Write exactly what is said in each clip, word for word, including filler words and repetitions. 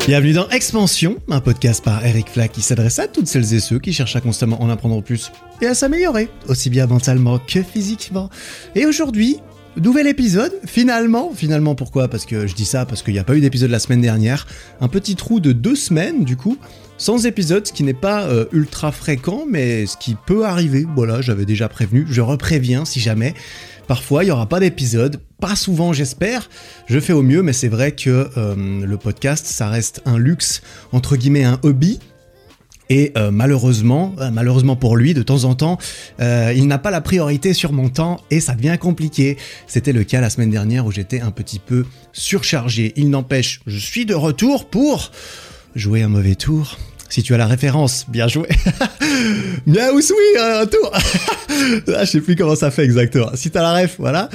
Bienvenue dans Expansion, un podcast par Eric Flack qui s'adresse à toutes celles et ceux qui cherchent à constamment en apprendre plus et à s'améliorer, aussi bien mentalement que physiquement. Et aujourd'hui, nouvel épisode, finalement. Finalement pourquoi ? Parce que je dis ça parce qu'il n'y a pas eu d'épisode la semaine dernière. Un petit trou de deux semaines du coup, sans épisode, ce qui n'est pas euh, ultra fréquent, mais ce qui peut arriver. Voilà, j'avais déjà prévenu, je repréviens si jamais. Parfois, il n'y aura pas d'épisode, pas souvent j'espère, je fais au mieux, mais c'est vrai que euh, le podcast, ça reste un luxe, entre guillemets un hobby, et euh, malheureusement, euh, malheureusement pour lui, de temps en temps, euh, il n'a pas la priorité sur mon temps, et ça devient compliqué. C'était le cas la semaine dernière où j'étais un petit peu surchargé. Il n'empêche, je suis de retour pour jouer un mauvais tour. Si tu as la référence, bien joué. Miaou oui, un tour. Ah, je sais plus comment ça fait exactement. Si t'as la ref, voilà.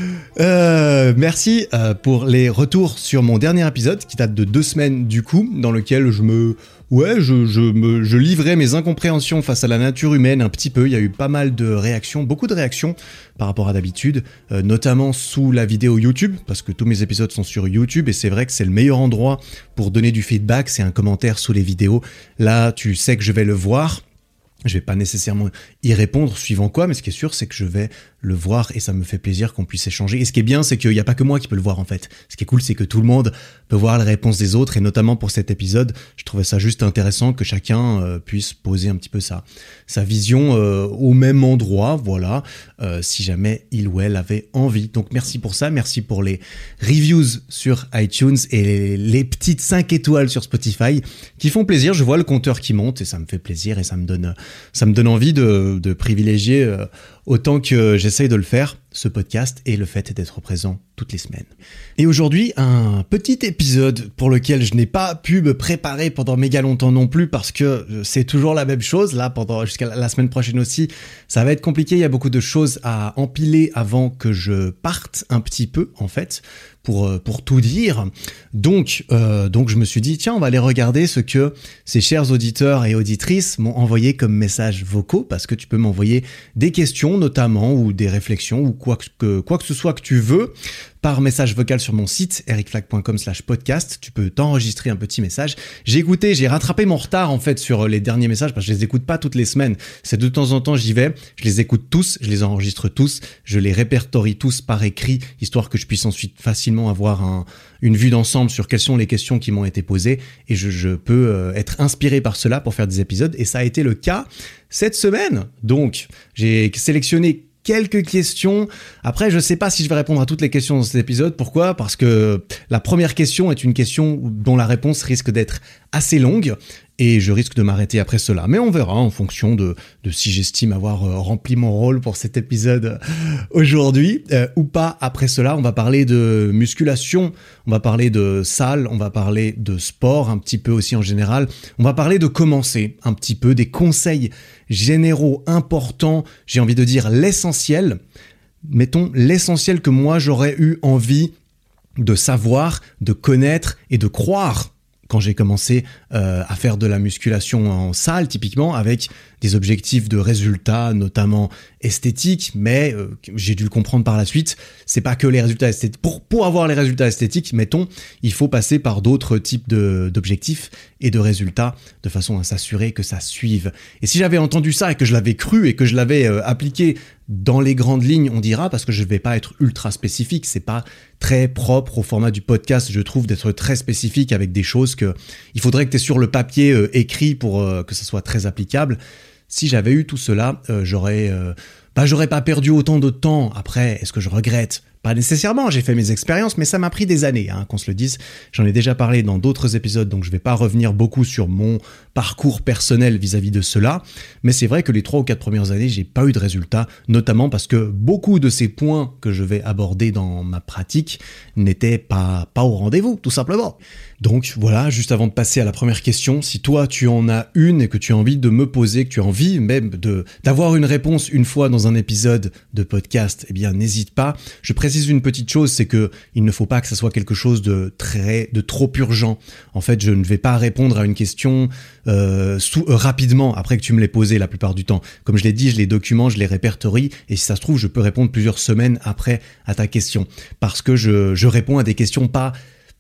Euh, merci euh, pour les retours sur mon dernier épisode qui date de deux semaines du coup, dans lequel je me, ouais, je, je me, je livrais mes incompréhensions face à la nature humaine un petit peu. Il y a eu pas mal de réactions, beaucoup de réactions par rapport à d'habitude, euh, notamment sous la vidéo YouTube, parce que tous mes épisodes sont sur YouTube et c'est vrai que c'est le meilleur endroit pour donner du feedback. C'est un commentaire sous les vidéos. Là, tu sais que je vais le voir. Je vais pas nécessairement y répondre suivant quoi, mais ce qui est sûr, c'est que je vais le voir et ça me fait plaisir qu'on puisse échanger. Et ce qui est bien, c'est qu'il n'y a pas que moi qui peux le voir en fait. Ce qui est cool, c'est que tout le monde peut voir les réponses des autres et notamment pour cet épisode, je trouvais ça juste intéressant que chacun euh, puisse poser un petit peu sa, sa vision euh, au même endroit, voilà, euh, si jamais il ou elle avait envie. Donc merci pour ça, merci pour les reviews sur iTunes et les, les petites cinq étoiles sur Spotify qui font plaisir. Je vois le compteur qui monte et ça me fait plaisir et ça me donne... Ça me donne envie de, de privilégier euh, autant que j'essaye de le faire, ce podcast et le fait d'être présent toutes les semaines. Et aujourd'hui, un petit épisode pour lequel je n'ai pas pu me préparer pendant méga longtemps non plus parce que c'est toujours la même chose. Là, pendant jusqu'à la semaine prochaine aussi, ça va être compliqué. Il y a beaucoup de choses à empiler avant que je parte un petit peu, en fait, pour, pour tout dire. Donc, euh, donc, je me suis dit, tiens, on va aller regarder ce que ces chers auditeurs et auditrices m'ont envoyé comme messages vocaux parce que tu peux m'envoyer des questions notamment ou des réflexions ou quoi que, quoi que ce soit que tu veux par message vocal sur mon site ericflack point com slash podcast. Tu peux t'enregistrer un petit message. J'ai écouté, j'ai rattrapé mon retard en fait sur les derniers messages parce que je les écoute pas toutes les semaines. C'est de temps en temps j'y vais, je les écoute tous, je les enregistre tous, je les répertorie tous par écrit histoire que je puisse ensuite facilement avoir un, une vue d'ensemble sur quelles sont les questions qui m'ont été posées et je, je peux euh, être inspiré par cela pour faire des épisodes et ça a été le cas cette semaine. Donc j'ai sélectionné quelques questions. Après, je sais pas si je vais répondre à toutes les questions dans cet épisode. Pourquoi ? Parce que la première question est une question dont la réponse risque d'être assez longue et je risque de m'arrêter après cela. Mais on verra en fonction de, de si j'estime avoir euh, rempli mon rôle pour cet épisode aujourd'hui euh, ou pas. Après cela, on va parler de musculation, on va parler de salle, on va parler de sport un petit peu aussi en général. On va parler de commencer un petit peu, des conseils généraux importants, j'ai envie de dire l'essentiel. Mettons l'essentiel que moi j'aurais eu envie de savoir, de connaître et de croire quand j'ai commencé euh, à faire de la musculation en salle, typiquement, avec des objectifs de résultats, notamment esthétiques, mais euh, j'ai dû le comprendre par la suite, c'est pas que les résultats esthétiques. Pour, pour avoir les résultats esthétiques, mettons, il faut passer par d'autres types de, d'objectifs et de résultats, de façon à s'assurer que ça suive. Et si j'avais entendu ça et que je l'avais cru et que je l'avais euh, appliqué dans les grandes lignes, on dira, parce que je vais pas être ultra spécifique, c'est pas très propre au format du podcast, je trouve, d'être très spécifique avec des choses que il faudrait que tu aies sur le papier euh, écrit pour euh, que ça soit très applicable. Si j'avais eu tout cela, euh, j'aurais, euh, bah, j'aurais pas perdu autant de temps. Après, est-ce que je regrette ? Pas nécessairement, j'ai fait mes expériences, mais ça m'a pris des années, hein, qu'on se le dise. J'en ai déjà parlé dans d'autres épisodes, donc je vais pas revenir beaucoup sur mon parcours personnel vis-à-vis de cela. Mais c'est vrai que les trois ou quatre premières années, j'ai pas eu de résultats, notamment parce que beaucoup de ces points que je vais aborder dans ma pratique n'étaient pas, pas au rendez-vous, tout simplement. Donc voilà, juste avant de passer à la première question, si toi tu en as une et que tu as envie de me poser, que tu as envie même de, d'avoir une réponse une fois dans un épisode de podcast, eh bien n'hésite pas. Je précise une petite chose, c'est que il ne faut pas que ça soit quelque chose de très, de trop urgent. En fait, je ne vais pas répondre à une question euh, sous, euh, rapidement après que tu me l'aies posée la plupart du temps. Comme je l'ai dit, je les documente, je les répertorie et si ça se trouve, je peux répondre plusieurs semaines après à ta question parce que je, je réponds à des questions pas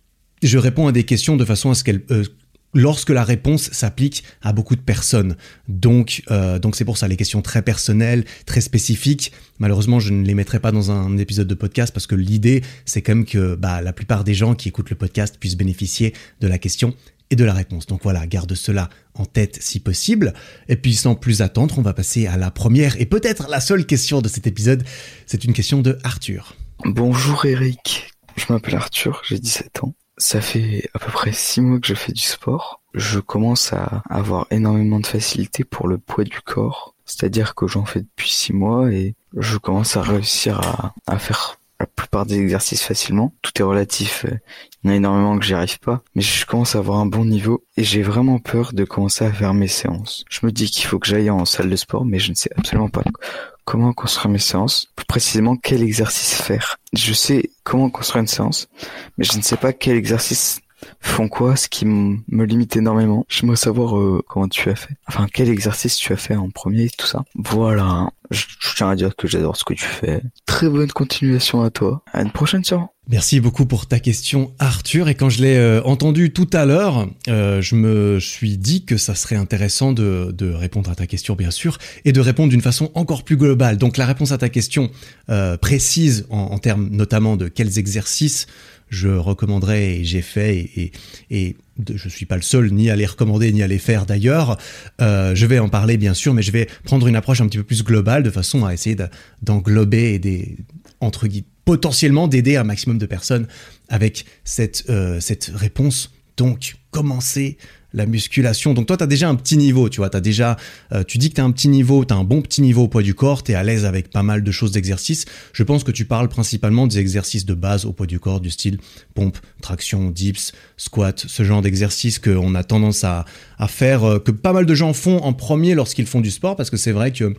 je réponds à des questions de façon à ce qu'elles... Euh, lorsque la réponse s'applique à beaucoup de personnes. Donc, euh, donc c'est pour ça, les questions très personnelles, très spécifiques, malheureusement, je ne les mettrai pas dans un épisode de podcast parce que l'idée, c'est quand même que bah, la plupart des gens qui écoutent le podcast puissent bénéficier de la question et de la réponse. Donc voilà, garde cela en tête si possible. Et puis sans plus attendre, on va passer à la première et peut-être la seule question de cet épisode. C'est une question de Arthur. Bonjour Eric, je m'appelle Arthur, j'ai dix-sept ans. Ça fait à peu près six mois que je fais du sport. Je commence à avoir énormément de facilité pour le poids du corps. C'est-à-dire que j'en fais depuis six mois et je commence à réussir à, à faire la plupart des exercices facilement. Tout est relatif. Il y en a énormément que j'y arrive pas. Mais je commence à avoir un bon niveau et j'ai vraiment peur de commencer à faire mes séances. Je me dis qu'il faut que j'aille en salle de sport, mais je ne sais absolument pas comment construire mes séances, plus précisément quel exercice faire. Je sais comment construire une séance, mais je ne sais pas quel exercice font quoi, ce qui m- me limite énormément. J'aimerais savoir euh, comment tu as fait. Enfin, quel exercice tu as fait en premier et tout ça. Voilà, je, je tiens à dire que j'adore ce que tu fais. Très bonne continuation à toi. À une prochaine sûrement. Merci beaucoup pour ta question, Arthur. Et quand je l'ai euh, entendu tout à l'heure, euh, je me suis dit que ça serait intéressant de, de répondre à ta question, bien sûr, et de répondre d'une façon encore plus globale. Donc la réponse à ta question euh, précise en, en termes notamment de quels exercices je recommanderais et j'ai fait et, et, et de, je suis pas le seul ni à les recommander ni à les faire d'ailleurs. Euh, je vais en parler bien sûr, mais je vais prendre une approche un petit peu plus globale de façon à essayer de, d'englober et des entre guillemets potentiellement d'aider un maximum de personnes avec cette, euh, cette réponse. Donc, commencer la musculation. Donc toi, tu as déjà un petit niveau, tu vois. T'as déjà, euh, tu dis que tu as un petit niveau, tu as un bon petit niveau au poids du corps, tu es à l'aise avec pas mal de choses d'exercices. Je pense que tu parles principalement des exercices de base au poids du corps, du style pompe, traction, dips, squat, ce genre d'exercices qu'on a tendance à, à faire, euh, que pas mal de gens font en premier lorsqu'ils font du sport, parce que c'est vrai que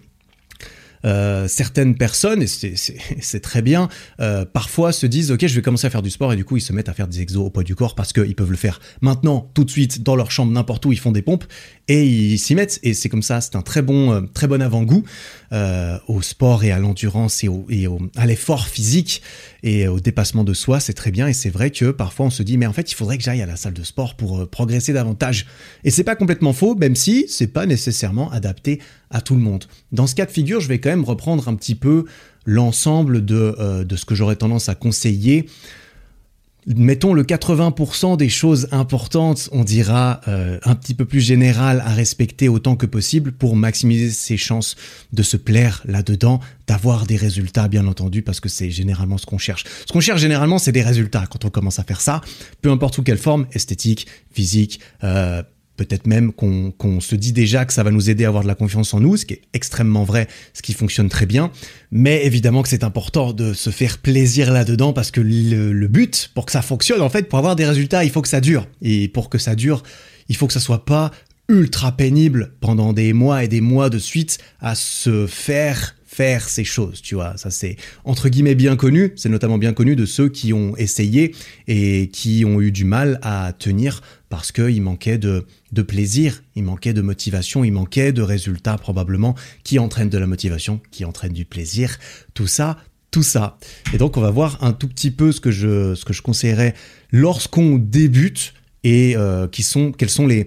Euh, certaines personnes, et c'est, c'est, c'est très bien, euh, parfois se disent « Ok, je vais commencer à faire du sport » et du coup, ils se mettent à faire des exos au poids du corps parce qu'ils peuvent le faire maintenant, tout de suite, dans leur chambre, n'importe où, ils font des pompes et ils s'y mettent. Et c'est comme ça, c'est un très bon, euh, très bon avant-goût euh, au sport et à l'endurance et, au, et au, à l'effort physique et au dépassement de soi, c'est très bien. Et c'est vrai que parfois, on se dit « Mais en fait, il faudrait que j'aille à la salle de sport pour euh, progresser davantage. » Et c'est pas complètement faux, même si c'est pas nécessairement adapté à tout le monde. Dans ce cas de figure, je vais quand même reprendre un petit peu l'ensemble de, euh, de ce que j'aurais tendance à conseiller. Mettons le quatre-vingts pour cent des choses importantes, on dira euh, un petit peu plus générales à respecter autant que possible pour maximiser ses chances de se plaire là-dedans, d'avoir des résultats bien entendu, parce que c'est généralement ce qu'on cherche. Ce qu'on cherche généralement, c'est des résultats quand on commence à faire ça, peu importe sous quelle forme, esthétique, physique, euh, peut-être même qu'on, qu'on se dit déjà que ça va nous aider à avoir de la confiance en nous, ce qui est extrêmement vrai, ce qui fonctionne très bien. Mais évidemment que c'est important de se faire plaisir là-dedans parce que le, le but, pour que ça fonctionne, en fait, pour avoir des résultats, il faut que ça dure. Et pour que ça dure, il faut que ça soit pas ultra pénible pendant des mois et des mois de suite à se faire faire ces choses, tu vois. Ça, c'est entre guillemets bien connu. C'est notamment bien connu de ceux qui ont essayé et qui ont eu du mal à tenir parce qu'il manquait de, de plaisir, il manquait de motivation, il manquait de résultats probablement qui entraînent de la motivation, qui entraînent du plaisir. Tout ça, tout ça. Et donc, on va voir un tout petit peu ce que je, ce que je conseillerais lorsqu'on débute et euh, qui sont, quels sont les...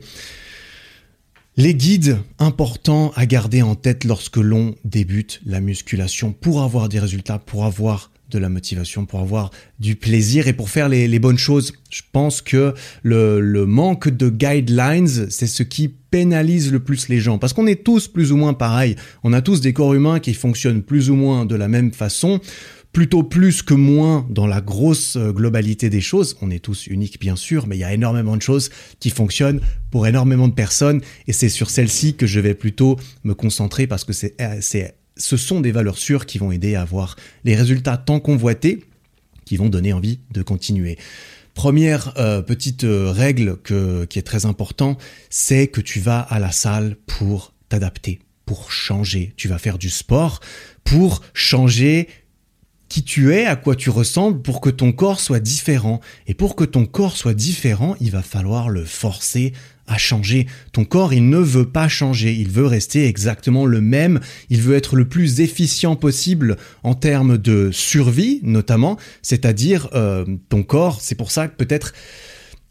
Les guides importants à garder en tête lorsque l'on débute la musculation pour avoir des résultats, pour avoir de la motivation, pour avoir du plaisir et pour faire les, les bonnes choses. Je pense que le, le manque de guidelines, c'est ce qui pénalise le plus les gens. Parce qu'on est tous plus ou moins pareils. On a tous des corps humains qui fonctionnent plus ou moins de la même façon. Plutôt plus que moins dans la grosse globalité des choses. On est tous uniques bien sûr, mais il y a énormément de choses qui fonctionnent pour énormément de personnes et c'est sur celles-ci que je vais plutôt me concentrer parce que c'est, c'est, ce sont des valeurs sûres qui vont aider à avoir les résultats tant convoités qui vont donner envie de continuer. Première euh, petite euh, règle que, qui est très importante, c'est que tu vas à la salle pour t'adapter, pour changer. Tu vas faire du sport pour changer qui tu es, à quoi tu ressembles pour que ton corps soit différent. Et pour que ton corps soit différent, il va falloir le forcer à changer. Ton corps, il ne veut pas changer, il veut rester exactement le même, il veut être le plus efficient possible en termes de survie, notamment, c'est-à-dire euh, ton corps, c'est pour ça que peut-être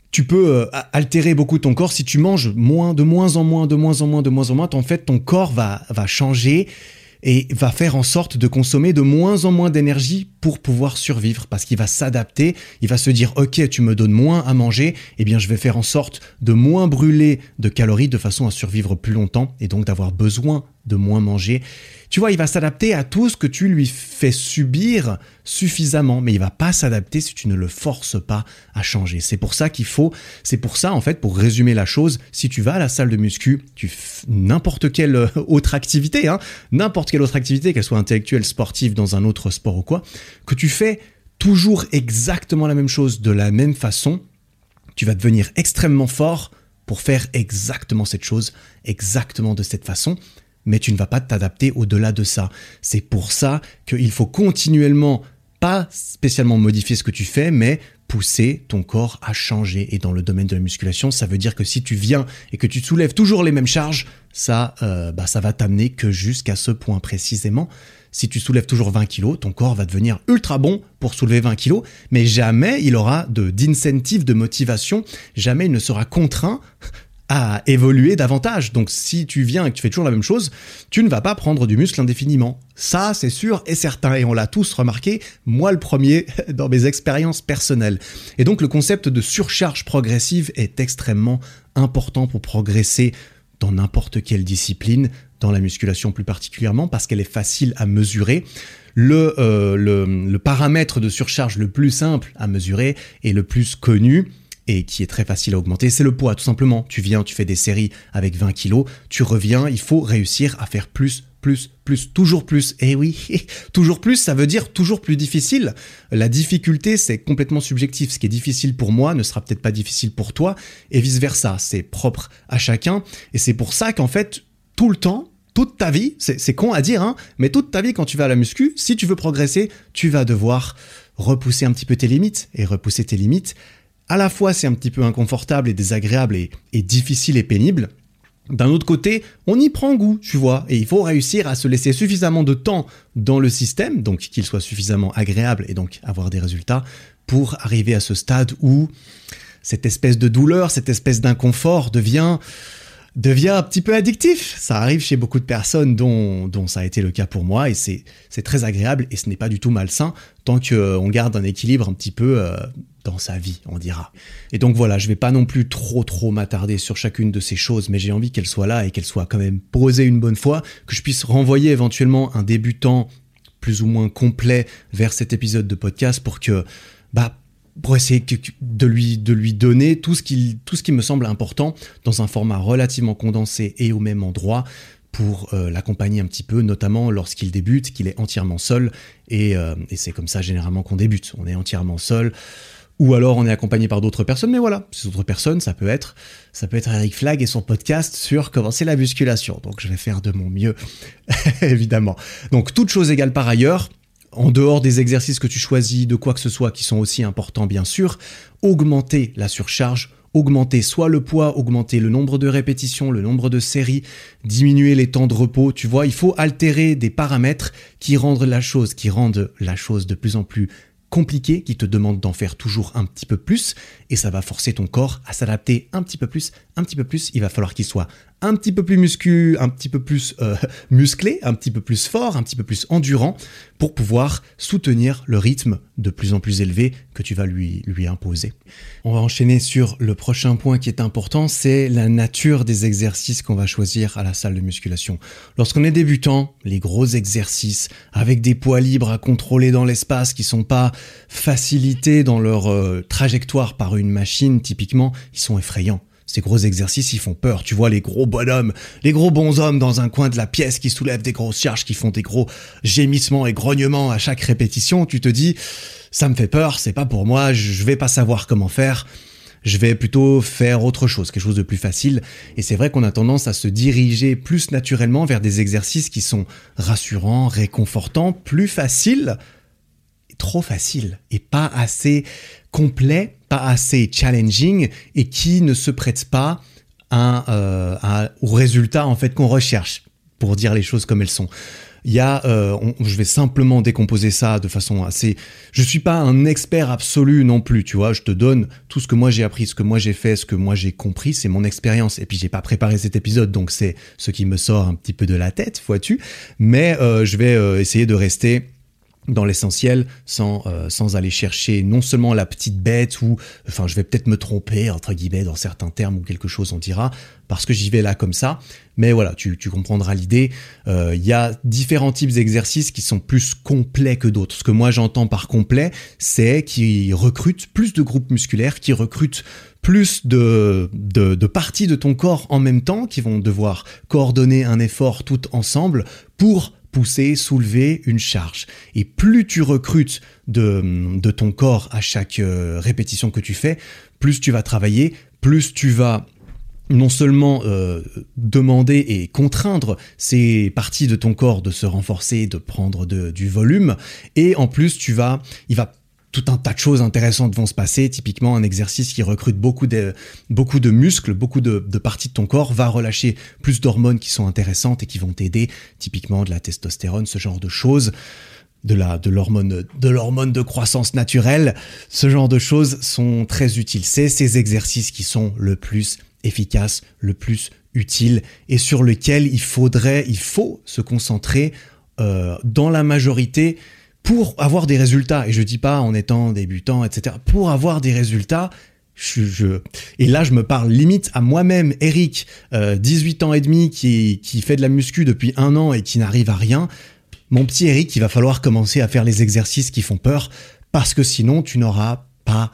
tu peux euh, altérer beaucoup ton corps si tu manges moins, de moins en moins, de moins en moins, de moins en moins. En fait, ton corps va, va changer et va faire en sorte de consommer de moins en moins d'énergie pour pouvoir survivre, parce qu'il va s'adapter, il va se dire « Ok, tu me donnes moins à manger, eh bien je vais faire en sorte de moins brûler de calories de façon à survivre plus longtemps et donc d'avoir besoin de moins manger. » Tu vois, il va s'adapter à tout ce que tu lui fais subir suffisamment, mais il va pas s'adapter si tu ne le forces pas à changer. C'est pour ça qu'il faut, c'est pour ça en fait, pour résumer la chose, si tu vas à la salle de muscu, tu f... n'importe quelle autre activité, hein, n'importe quelle autre activité, qu'elle soit intellectuelle, sportive, dans un autre sport ou quoi, que tu fais toujours exactement la même chose de la même façon, tu vas devenir extrêmement fort pour faire exactement cette chose, exactement de cette façon. Mais tu ne vas pas t'adapter au-delà de ça. C'est pour ça qu'il faut continuellement, pas spécialement modifier ce que tu fais, mais pousser ton corps à changer. Et dans le domaine de la musculation, ça veut dire que si tu viens et que tu soulèves toujours les mêmes charges, ça, euh, bah, ça va t'amener que jusqu'à ce point précisément. Si tu soulèves toujours vingt kilos, ton corps va devenir ultra bon pour soulever vingt kilos, mais jamais il aura de, d'incentive, de motivation, jamais il ne sera contraint à évoluer davantage. Donc si tu viens et que tu fais toujours la même chose, tu ne vas pas prendre du muscle indéfiniment. Ça, c'est sûr et certain, et on l'a tous remarqué, moi le premier, dans mes expériences personnelles. Et donc le concept de surcharge progressive est extrêmement important pour progresser dans n'importe quelle discipline, dans la musculation plus particulièrement, parce qu'elle est facile à mesurer. Le, euh, le, le paramètre de surcharge le plus simple à mesurer et le plus connu, et qui est très facile à augmenter, c'est le poids, tout simplement. Tu viens, tu fais des séries avec vingt kilos, tu reviens, il faut réussir à faire plus, plus, plus, toujours plus. Et oui, toujours plus, ça veut dire toujours plus difficile. La difficulté, c'est complètement subjectif. Ce qui est difficile pour moi ne sera peut-être pas difficile pour toi, et vice-versa. C'est propre à chacun, et c'est pour ça qu'en fait, tout le temps, toute ta vie, c'est, c'est con à dire, hein, mais toute ta vie, quand tu vas à la muscu, si tu veux progresser, tu vas devoir repousser un petit peu tes limites, et repousser tes limites, à la fois, c'est un petit peu inconfortable et désagréable et, et difficile et pénible. D'un autre côté, on y prend goût, tu vois, et il faut réussir à se laisser suffisamment de temps dans le système, donc qu'il soit suffisamment agréable et donc avoir des résultats pour arriver à ce stade où cette espèce de douleur, cette espèce d'inconfort devient... devient un petit peu addictif. Ça arrive chez beaucoup de personnes dont, dont ça a été le cas pour moi, et c'est, c'est très agréable et ce n'est pas du tout malsain tant qu'on garde un équilibre un petit peu euh, dans sa vie, on dira. Et donc voilà, je vais pas non plus trop trop m'attarder sur chacune de ces choses, mais j'ai envie qu'elles soient là et qu'elles soient quand même posées une bonne fois, que je puisse renvoyer éventuellement un débutant plus ou moins complet vers cet épisode de podcast pour que, bah, pour essayer de lui, de lui donner tout ce, qui, tout ce qui me semble important dans un format relativement condensé et au même endroit pour euh, l'accompagner un petit peu, notamment lorsqu'il débute, qu'il est entièrement seul. Et, euh, et c'est comme ça généralement qu'on débute. On est entièrement seul, ou alors on est accompagné par d'autres personnes. Mais voilà, ces autres personnes, ça peut être, ça peut être Eric Flag et son podcast sur comment c'est la musculation. Donc je vais faire de mon mieux, évidemment. Donc toute chose égale par ailleurs, en dehors des exercices que tu choisis, de quoi que ce soit, qui sont aussi importants bien sûr, augmenter la surcharge, augmenter soit le poids, augmenter le nombre de répétitions, le nombre de séries, diminuer les temps de repos, tu vois, il faut altérer des paramètres qui rendent la chose, qui rendent la chose de plus en plus compliquée, qui te demandent d'en faire toujours un petit peu plus, et ça va forcer ton corps à s'adapter un petit peu plus, un petit peu plus, il va falloir qu'il soit un petit peu plus muscu, un petit peu plus euh, musclé, un petit peu plus fort, un petit peu plus endurant, pour pouvoir soutenir le rythme de plus en plus élevé que tu vas lui, lui imposer. On va enchaîner sur le prochain point qui est important, c'est la nature des exercices qu'on va choisir à la salle de musculation. Lorsqu'on est débutant, les gros exercices avec des poids libres à contrôler dans l'espace qui sont pas facilités dans leur euh, trajectoire par une machine, typiquement, ils sont effrayants. Ces gros exercices, ils font peur. Tu vois les gros bonhommes, les gros bonshommes dans un coin de la pièce qui soulèvent des grosses charges, qui font des gros gémissements et grognements à chaque répétition. Tu te dis, ça me fait peur, c'est pas pour moi, je vais pas savoir comment faire. Je vais plutôt faire autre chose, quelque chose de plus facile. Et c'est vrai qu'on a tendance à se diriger plus naturellement vers des exercices qui sont rassurants, réconfortants, plus faciles, trop faciles et pas assez complets, pas assez challenging et qui ne se prêtent pas à, euh, à, au résultat en fait qu'on recherche, pour dire les choses comme elles sont. Il y a, euh, on, je vais simplement décomposer ça de façon assez... Je suis pas un expert absolu non plus, tu vois. Je te donne tout ce que moi j'ai appris, ce que moi j'ai fait, ce que moi j'ai compris, c'est mon expérience. Et puis j'ai pas préparé cet épisode, donc c'est ce qui me sort un petit peu de la tête, vois-tu. Mais euh, je vais euh, essayer de rester dans l'essentiel, sans euh, sans aller chercher non seulement la petite bête ou, enfin, je vais peut-être me tromper entre guillemets dans certains termes ou quelque chose on dira, parce que j'y vais là comme ça. Mais voilà, tu tu comprendras l'idée. Il euh, y a différents types d'exercices qui sont plus complets que d'autres. Ce que moi j'entends par complet, c'est qu'ils recrutent plus de groupes musculaires, qui recrutent plus de, de de parties de ton corps en même temps, qui vont devoir coordonner un effort tout ensemble pour pousser, soulever une charge. Et plus tu recrutes de, de ton corps à chaque euh, répétition que tu fais, plus tu vas travailler, plus tu vas non seulement euh, demander et contraindre ces parties de ton corps de se renforcer, de prendre de, du volume, et en plus tu vas, il va tout un tas de choses intéressantes vont se passer. Typiquement, un exercice qui recrute beaucoup de, beaucoup de muscles, beaucoup de, de parties de ton corps, va relâcher plus d'hormones qui sont intéressantes et qui vont t'aider. Typiquement, de la testostérone, ce genre de choses, de la, de l'hormone, de l'hormone de croissance naturelle. Ce genre de choses sont très utiles. C'est ces exercices qui sont le plus efficaces, le plus utiles et sur lesquels il faudrait, il faut se concentrer euh, dans la majorité pour avoir des résultats. Et je dis pas en étant débutant, et cetera. Pour avoir des résultats, je, je... et là je me parle limite à moi-même, Eric, euh, dix-huit ans et demi, qui, qui fait de la muscu depuis un an et qui n'arrive à rien. Mon petit Eric, il va falloir commencer à faire les exercices qui font peur, parce que sinon tu n'auras pas,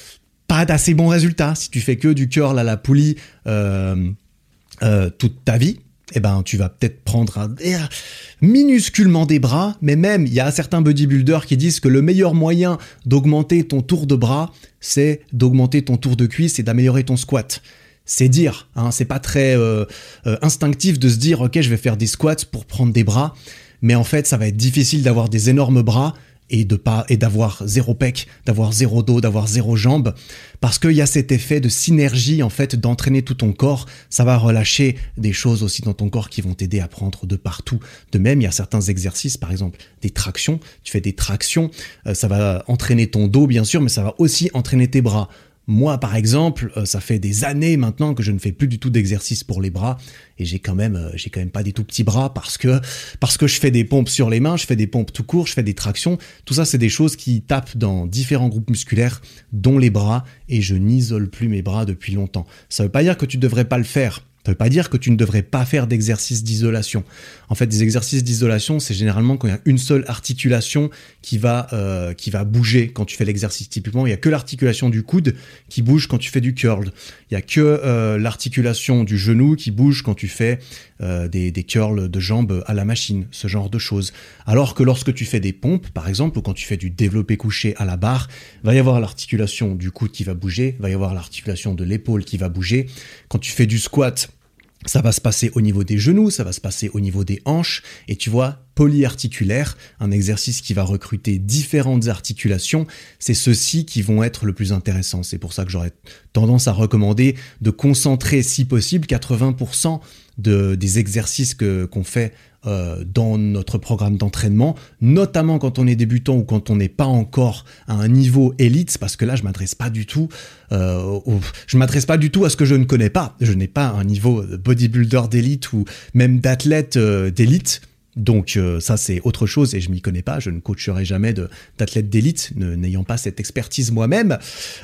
pas d'assez bons résultats. Si tu fais que du curl à la poulie euh, euh, toute ta vie, eh ben, tu vas peut-être prendre un, minusculement des bras, mais même, il y a certains bodybuilders qui disent que le meilleur moyen d'augmenter ton tour de bras, c'est d'augmenter ton tour de cuisse et d'améliorer ton squat. C'est dire, hein, c'est pas très euh, euh, instinctif de se dire, ok, je vais faire des squats pour prendre des bras, mais en fait, ça va être difficile d'avoir des énormes bras et de pas et d'avoir zéro pec, d'avoir zéro dos, d'avoir zéro jambe, parce qu'il y a cet effet de synergie en fait d'entraîner tout ton corps. Ça va relâcher des choses aussi dans ton corps qui vont t'aider à prendre de partout. De même, il y a certains exercices, par exemple des tractions. Tu fais des tractions, euh, ça va entraîner ton dos bien sûr, mais ça va aussi entraîner tes bras. Moi, par exemple, ça fait des années maintenant que je ne fais plus du tout d'exercice pour les bras et j'ai quand même, j'ai quand même pas des tout petits bras parce que, parce que je fais des pompes sur les mains, je fais des pompes tout court, je fais des tractions. Tout ça, c'est des choses qui tapent dans différents groupes musculaires, dont les bras, et je n'isole plus mes bras depuis longtemps. Ça veut pas dire que tu devrais pas le faire. Ça veut pas dire que tu ne devrais pas faire d'exercices d'isolation. En fait, des exercices d'isolation, c'est généralement quand il y a une seule articulation qui va euh, qui va bouger quand tu fais l'exercice. Typiquement, il y a que l'articulation du coude qui bouge quand tu fais du curl. Il y a que euh, l'articulation du genou qui bouge quand tu fais euh, des des curls de jambes à la machine, ce genre de choses. Alors que lorsque tu fais des pompes, par exemple, ou quand tu fais du développé couché à la barre, va y avoir l'articulation du coude qui va bouger, va y avoir l'articulation de l'épaule qui va bouger. Quand tu fais du squat, ça va se passer au niveau des genoux, ça va se passer au niveau des hanches, et tu vois, polyarticulaire, un exercice qui va recruter différentes articulations, c'est ceux-ci qui vont être le plus intéressants. C'est pour ça que j'aurais tendance à recommander de concentrer, si possible, quatre-vingts pour cent de, des exercices que, qu'on fait euh, dans notre programme d'entraînement, notamment quand on est débutant ou quand on n'est pas encore à un niveau élite, parce que là, je m'adresse pas du tout, euh, au, je m'adresse pas du tout à ce que je ne connais pas. Je n'ai pas un niveau bodybuilder d'élite ou même d'athlète euh, d'élite. Donc euh, ça c'est autre chose et je m'y connais pas, je ne coacherai jamais de, d'athlète d'élite, ne, n'ayant pas cette expertise moi-même.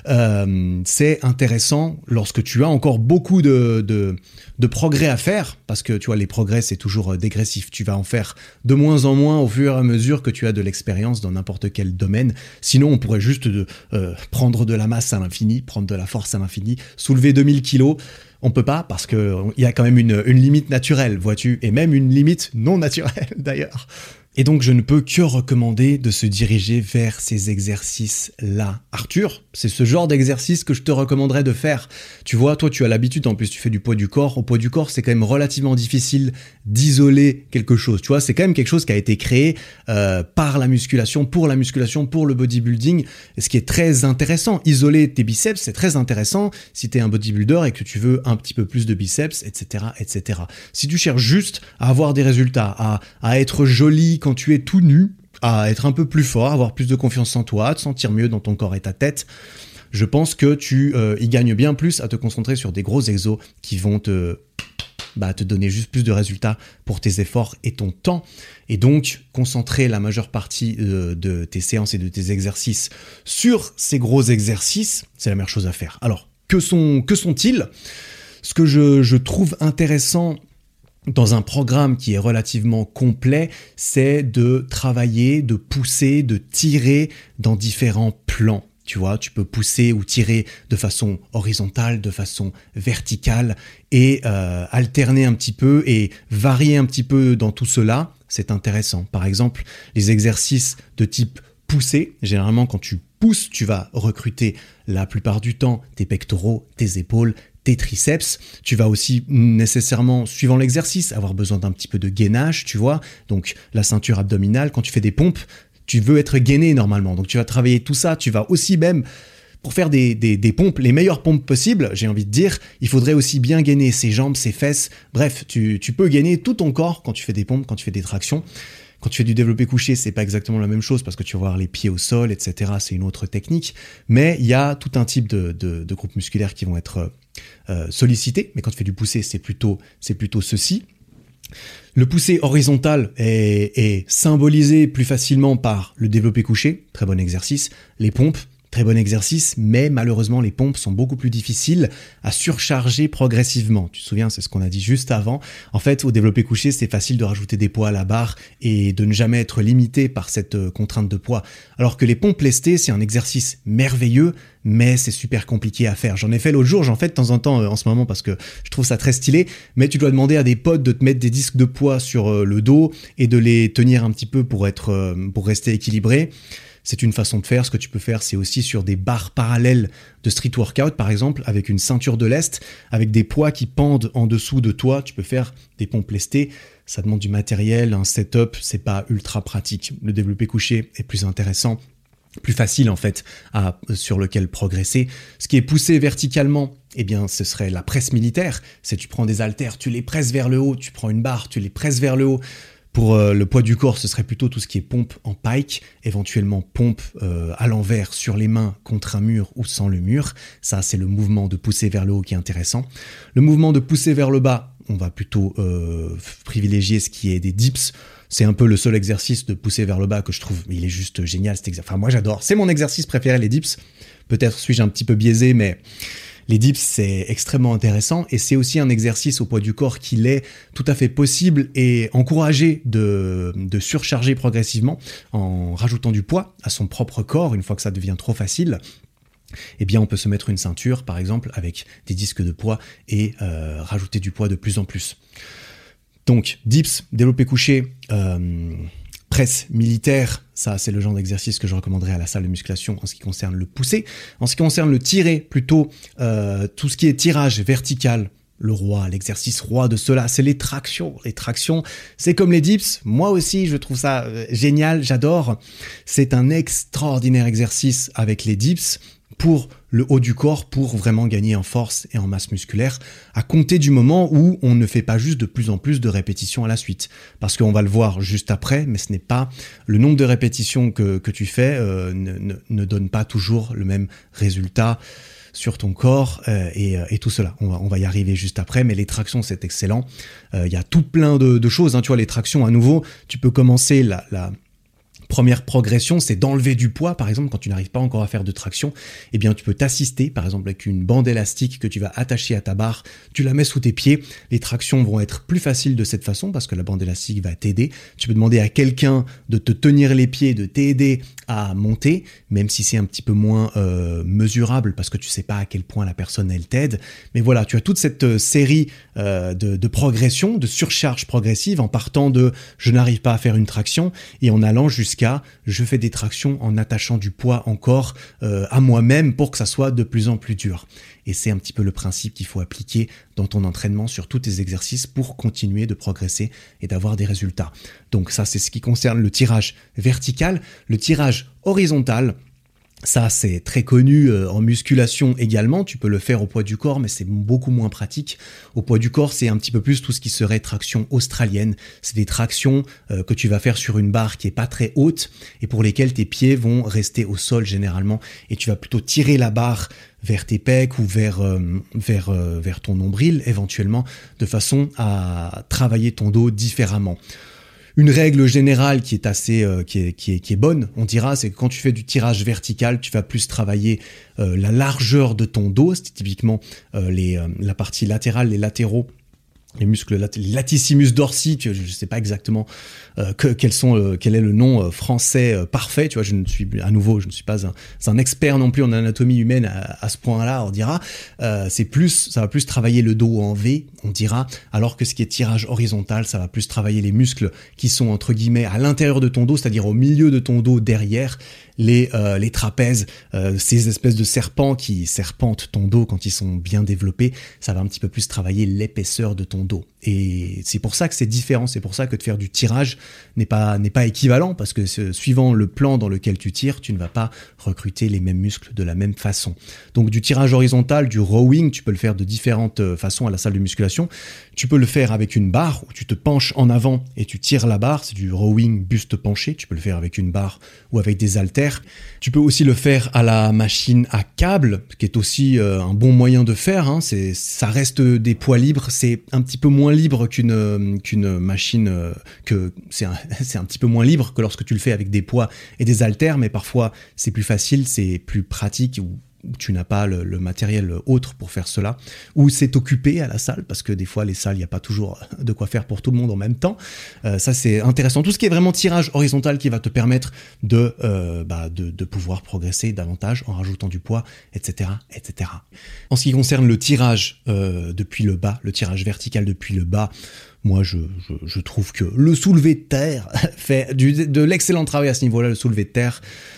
Euh, c'est intéressant lorsque tu as encore beaucoup de, de, de progrès à faire, parce que tu vois les progrès c'est toujours dégressif, tu vas en faire de moins en moins au fur et à mesure que tu as de l'expérience dans n'importe quel domaine. Sinon on pourrait juste de, euh, prendre de la masse à l'infini, prendre de la force à l'infini, soulever deux mille kilos. On peut pas parce que il y a quand même une, une limite naturelle, vois-tu, et même une limite non naturelle d'ailleurs. Et donc, je ne peux que recommander de se diriger vers ces exercices-là. Arthur, c'est ce genre d'exercice que je te recommanderais de faire. Tu vois, toi, tu as l'habitude, en plus, tu fais du poids du corps. Au poids du corps, c'est quand même relativement difficile d'isoler quelque chose. Tu vois, c'est quand même quelque chose qui a été créé euh, par la musculation, pour la musculation, pour le bodybuilding. Et ce qui est très intéressant, isoler tes biceps, c'est très intéressant si tu es un bodybuilder et que tu veux un petit peu plus de biceps, et cetera, et cetera. Si tu cherches juste à avoir des résultats, à, à être joli quand tu es tout nu, à être un peu plus fort, avoir plus de confiance en toi, à te sentir mieux dans ton corps et ta tête, je pense que tu euh, y gagnes bien plus à te concentrer sur des gros exos qui vont te, bah, te donner juste plus de résultats pour tes efforts et ton temps. Et donc, concentrer la majeure partie de, de tes séances et de tes exercices sur ces gros exercices, c'est la meilleure chose à faire. Alors, que sont, que sont-ils ? Ce que je, je trouve intéressant dans un programme qui est relativement complet, c'est de travailler, de pousser, de tirer dans différents plans. Tu vois, tu peux pousser ou tirer de façon horizontale, de façon verticale et euh, alterner un petit peu et varier un petit peu dans tout cela. C'est intéressant. Par exemple, les exercices de type pousser, généralement quand tu pousses, tu vas recruter la plupart du temps tes pectoraux, tes épaules, tes triceps. Tu vas aussi nécessairement, suivant l'exercice, avoir besoin d'un petit peu de gainage, tu vois. Donc la ceinture abdominale, quand tu fais des pompes, tu veux être gainé normalement. Donc tu vas travailler tout ça. Tu vas aussi même, pour faire des, des, des pompes, les meilleures pompes possibles, j'ai envie de dire, il faudrait aussi bien gainer ses jambes, ses fesses. Bref, tu, tu peux gainer tout ton corps quand tu fais des pompes, quand tu fais des tractions. Quand tu fais du développé couché, c'est pas exactement la même chose parce que tu vas avoir les pieds au sol, et cetera. C'est une autre technique. Mais il y a tout un type de, de, de groupes musculaires qui vont être euh, sollicités. Mais quand tu fais du poussé, c'est plutôt, c'est plutôt ceci. Le poussé horizontal est, est symbolisé plus facilement par le développé couché, très bon exercice. Les pompes, très bon exercice, mais malheureusement les pompes sont beaucoup plus difficiles à surcharger progressivement. Tu te souviens, c'est ce qu'on a dit juste avant. En fait, au développé couché, c'est facile de rajouter des poids à la barre et de ne jamais être limité par cette contrainte de poids. Alors que les pompes lestées, c'est un exercice merveilleux, mais c'est super compliqué à faire. J'en ai fait l'autre jour, j'en fais de temps en temps euh, en ce moment parce que je trouve ça très stylé, mais tu dois demander à des potes de te mettre des disques de poids sur euh, le dos et de les tenir un petit peu pour être, euh, pour rester équilibré. C'est une façon de faire. Ce que tu peux faire, c'est aussi sur des barres parallèles de street workout, par exemple, avec une ceinture de lest, avec des poids qui pendent en dessous de toi. Tu peux faire des pompes lestées. Ça demande du matériel, un setup. C'est pas ultra pratique. Le développé couché est plus intéressant, plus facile en fait, à, sur lequel progresser. Ce qui est poussé verticalement, eh bien, ce serait la presse militaire. C'est tu prends des haltères, tu les presses vers le haut. Tu prends une barre, tu les presses vers le haut. Pour euh, le poids du corps, ce serait plutôt tout ce qui est pompe en pike, éventuellement pompe euh, à l'envers sur les mains contre un mur ou sans le mur. Ça, c'est le mouvement de pousser vers le haut qui est intéressant. Le mouvement de pousser vers le bas, on va plutôt euh, privilégier ce qui est des dips. C'est un peu le seul exercice de pousser vers le bas que je trouve, il est juste génial cet exercice. Enfin, moi j'adore. C'est mon exercice préféré, les dips. Peut-être suis-je un petit peu biaisé, mais les dips, c'est extrêmement intéressant et c'est aussi un exercice au poids du corps qu'il est tout à fait possible et encouragé de, de surcharger progressivement en rajoutant du poids à son propre corps une fois que ça devient trop facile. Eh bien, on peut se mettre une ceinture, par exemple, avec des disques de poids et euh, rajouter du poids de plus en plus. Donc, dips, développé couché, euh, presse militaire, ça c'est le genre d'exercice que je recommanderais à la salle de musculation en ce qui concerne le pousser. En ce qui concerne le tirer, plutôt euh, tout ce qui est tirage vertical, le roi, l'exercice roi de cela, c'est les tractions. Les tractions, c'est comme les dips. Moi aussi, je trouve ça euh, génial, j'adore. C'est un extraordinaire exercice avec les dips pour le haut du corps, pour vraiment gagner en force et en masse musculaire, à compter du moment où on ne fait pas juste de plus en plus de répétitions à la suite. Parce qu'on va le voir juste après, mais ce n'est pas le nombre de répétitions que, que tu fais euh, ne, ne, ne donne pas toujours le même résultat sur ton corps euh, et, et tout cela. On va, on va y arriver juste après, mais les tractions, c'est excellent. Il euh, y a tout plein de, de choses, hein, tu vois, les tractions, à nouveau, tu peux commencer la... la Première progression, c'est d'enlever du poids, par exemple, quand tu n'arrives pas encore à faire de traction, eh bien, tu peux t'assister, par exemple, avec une bande élastique que tu vas attacher à ta barre, tu la mets sous tes pieds, les tractions vont être plus faciles de cette façon parce que la bande élastique va t'aider. Tu peux demander à quelqu'un de te tenir les pieds, de t'aider à monter, même si c'est un petit peu moins euh, mesurable parce que tu sais pas à quel point la personne, elle t'aide. Mais voilà, tu as toute cette euh, série euh, de, de progression, de surcharge progressive en partant de « je n'arrive pas à faire une traction » et en allant jusqu'à « je fais des tractions en attachant du poids encore euh, à moi-même pour que ça soit de plus en plus dur ». Et c'est un petit peu le principe qu'il faut appliquer dans ton entraînement sur tous tes exercices pour continuer de progresser et d'avoir des résultats. Donc ça, c'est ce qui concerne le tirage vertical. Le tirage horizontal, ça, c'est très connu euh, en musculation également. Tu peux le faire au poids du corps, mais c'est beaucoup moins pratique. Au poids du corps, c'est un petit peu plus tout ce qui serait traction australienne. C'est des tractions euh, que tu vas faire sur une barre qui est pas très haute et pour lesquelles tes pieds vont rester au sol généralement. Et tu vas plutôt tirer la barre vers tes pecs ou vers, euh, vers, euh, vers ton nombril éventuellement, de façon à travailler ton dos différemment. Une règle générale qui est assez, euh, qui est, qui est, qui est bonne, on dira, c'est que quand tu fais du tirage vertical, tu vas plus travailler euh, la largeur de ton dos, c'est typiquement euh, les, euh, la partie latérale, les latéraux, les muscles lat- les latissimus dorsi, je ne sais pas exactement euh, que, quels sont, euh, quel est le nom euh, français euh, parfait, tu vois, je ne suis, à nouveau, je ne suis pas un, un expert non plus en anatomie humaine à, à ce point-là, on dira, euh, c'est plus, ça va plus travailler le dos en V, on dira, alors que ce qui est tirage horizontal, ça va plus travailler les muscles qui sont entre guillemets à l'intérieur de ton dos, c'est-à-dire au milieu de ton dos derrière, les, euh, les trapèzes, euh, ces espèces de serpents qui serpentent ton dos quand ils sont bien développés, ça va un petit peu plus travailler l'épaisseur de ton dos. Et c'est pour ça que c'est différent, c'est pour ça que de faire du tirage n'est pas, n'est pas équivalent, parce que ce, suivant le plan dans lequel tu tires, tu ne vas pas recruter les mêmes muscles de la même façon. Donc du tirage horizontal, du rowing, tu peux le faire de différentes façons à la salle de musculation. Tu peux le faire avec une barre où tu te penches en avant et tu tires la barre, c'est du rowing buste penché, tu peux le faire avec une barre ou avec des haltères. Tu peux aussi le faire à la machine à câble, qui est aussi euh, un bon moyen de faire, hein. C'est, ça reste des poids libres, c'est un petit peu moins libre qu'une, qu'une machine, euh, que c'est un, c'est un petit peu moins libre que lorsque tu le fais avec des poids et des haltères, mais parfois c'est plus facile, c'est plus pratique, ou tu n'as pas le, le matériel autre pour faire cela, ou c'est occupé à la salle, parce que des fois les salles, il n'y a pas toujours de quoi faire pour tout le monde en même temps. Euh, ça c'est intéressant. Tout ce qui est vraiment tirage horizontal qui va te permettre de, euh, bah, de, de pouvoir progresser davantage en rajoutant du poids, et cetera, et cetera. En ce qui concerne le tirage euh, depuis le bas, le tirage vertical depuis le bas, moi, je, je, je trouve que le soulevé de terre fait du, de l'excellent travail à ce niveau-là, le soulevé de terre.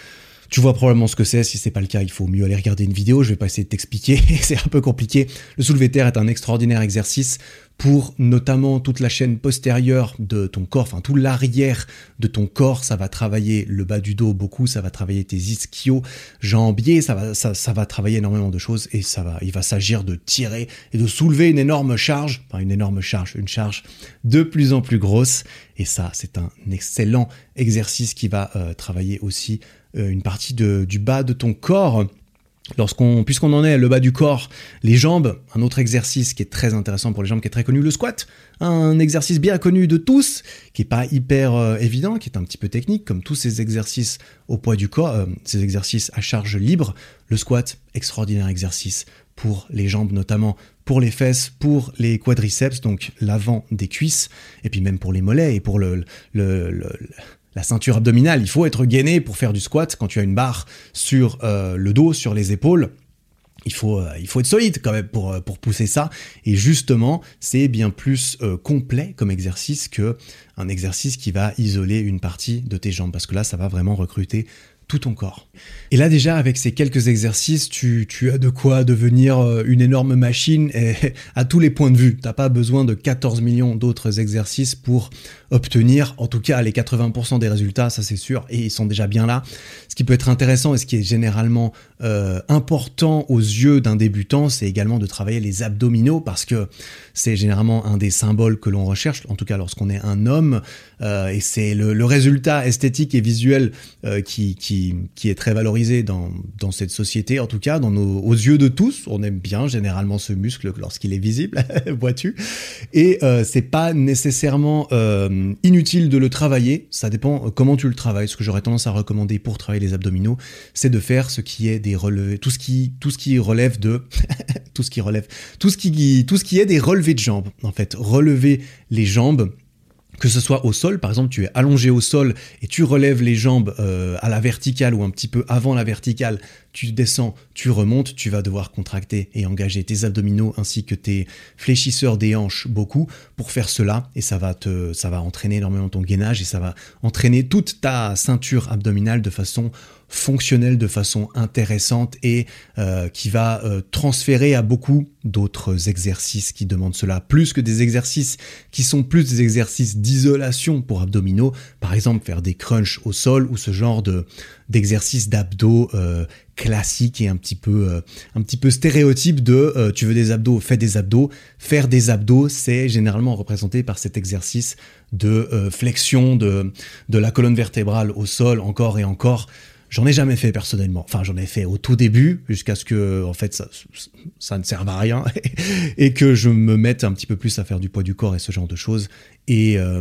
Tu vois probablement ce que c'est, si c'est pas le cas, il faut mieux aller regarder une vidéo, je vais pas essayer de t'expliquer, c'est un peu compliqué. Le soulevé de terre est un extraordinaire exercice pour notamment toute la chaîne postérieure de ton corps, enfin tout l'arrière de ton corps, ça va travailler le bas du dos beaucoup, ça va travailler tes ischio jambiers, ça va, ça, ça va travailler énormément de choses et ça va, il va s'agir de tirer et de soulever une énorme charge, enfin une énorme charge, une charge de plus en plus grosse, et ça c'est un excellent exercice qui va euh, travailler aussi euh, une partie de, du bas de ton corps. Lorsqu'on, puisqu'on en est le bas du corps, les jambes, un autre exercice qui est très intéressant pour les jambes, qui est très connu, le squat, un exercice bien connu de tous, qui est pas hyper euh, évident, qui est un petit peu technique, comme tous ces exercices au poids du corps, euh, ces exercices à charge libre. Le squat, extraordinaire exercice pour les jambes, notamment pour les fesses, pour les quadriceps, donc l'avant des cuisses, et puis même pour les mollets et pour le, le, le, le la ceinture abdominale. Il faut être gainé pour faire du squat. Quand tu as une barre sur euh, le dos, sur les épaules, il faut, euh, il faut être solide quand même pour, euh, pour pousser ça. Et justement, c'est bien plus euh, complet comme exercice que un exercice qui va isoler une partie de tes jambes. Parce que là, ça va vraiment recruter tout ton corps. Et là déjà, avec ces quelques exercices, tu, tu as de quoi devenir une énorme machine et, à tous les points de vue. T'as pas besoin de quatorze millions d'autres exercices pour obtenir, en tout cas, les quatre-vingts pour cent des résultats, ça c'est sûr, et ils sont déjà bien là. Ce qui peut être intéressant et ce qui est généralement euh, important aux yeux d'un débutant, c'est également de travailler les abdominaux, parce que c'est généralement un des symboles que l'on recherche, en tout cas lorsqu'on est un homme, euh, et c'est le, le résultat esthétique et visuel euh, qui, qui qui, qui est très valorisé dans, dans cette société, en tout cas, dans nos, aux yeux de tous. On aime bien généralement ce muscle lorsqu'il est visible, vois-tu. Et euh, c'est pas nécessairement euh, inutile de le travailler, ça dépend comment tu le travailles. Ce que j'aurais tendance à recommander pour travailler les abdominaux, c'est de faire ce qui est des relevés, tout ce qui, tout ce qui relève de, tout ce qui relève, tout ce qui, tout ce qui est des relevés de jambes, en fait. Relever les jambes, que ce soit au sol, par exemple, tu es allongé au sol et tu relèves les jambes euh, à la verticale ou un petit peu avant la verticale, tu descends, tu remontes, tu vas devoir contracter et engager tes abdominaux ainsi que tes fléchisseurs des hanches beaucoup pour faire cela, et ça va te, ça va entraîner énormément ton gainage et ça va entraîner toute ta ceinture abdominale de façon fonctionnelle, de façon intéressante et euh, qui va euh, transférer à beaucoup d'autres exercices qui demandent cela, plus que des exercices qui sont plus des exercices d'isolation pour abdominaux, par exemple faire des crunchs au sol ou ce genre de d'exercices d'abdos euh, classiques et un petit peu euh, un petit peu stéréotype de euh, tu veux des abdos, fais des abdos. Faire des abdos, c'est généralement représenté par cet exercice de euh, flexion de de la colonne vertébrale au sol encore et encore. J'en ai jamais fait personnellement. Enfin, j'en ai fait au tout début, jusqu'à ce que, en fait, ça, ça ne serve à rien et que je me mette un petit peu plus à faire du poids du corps et ce genre de choses. Et, euh,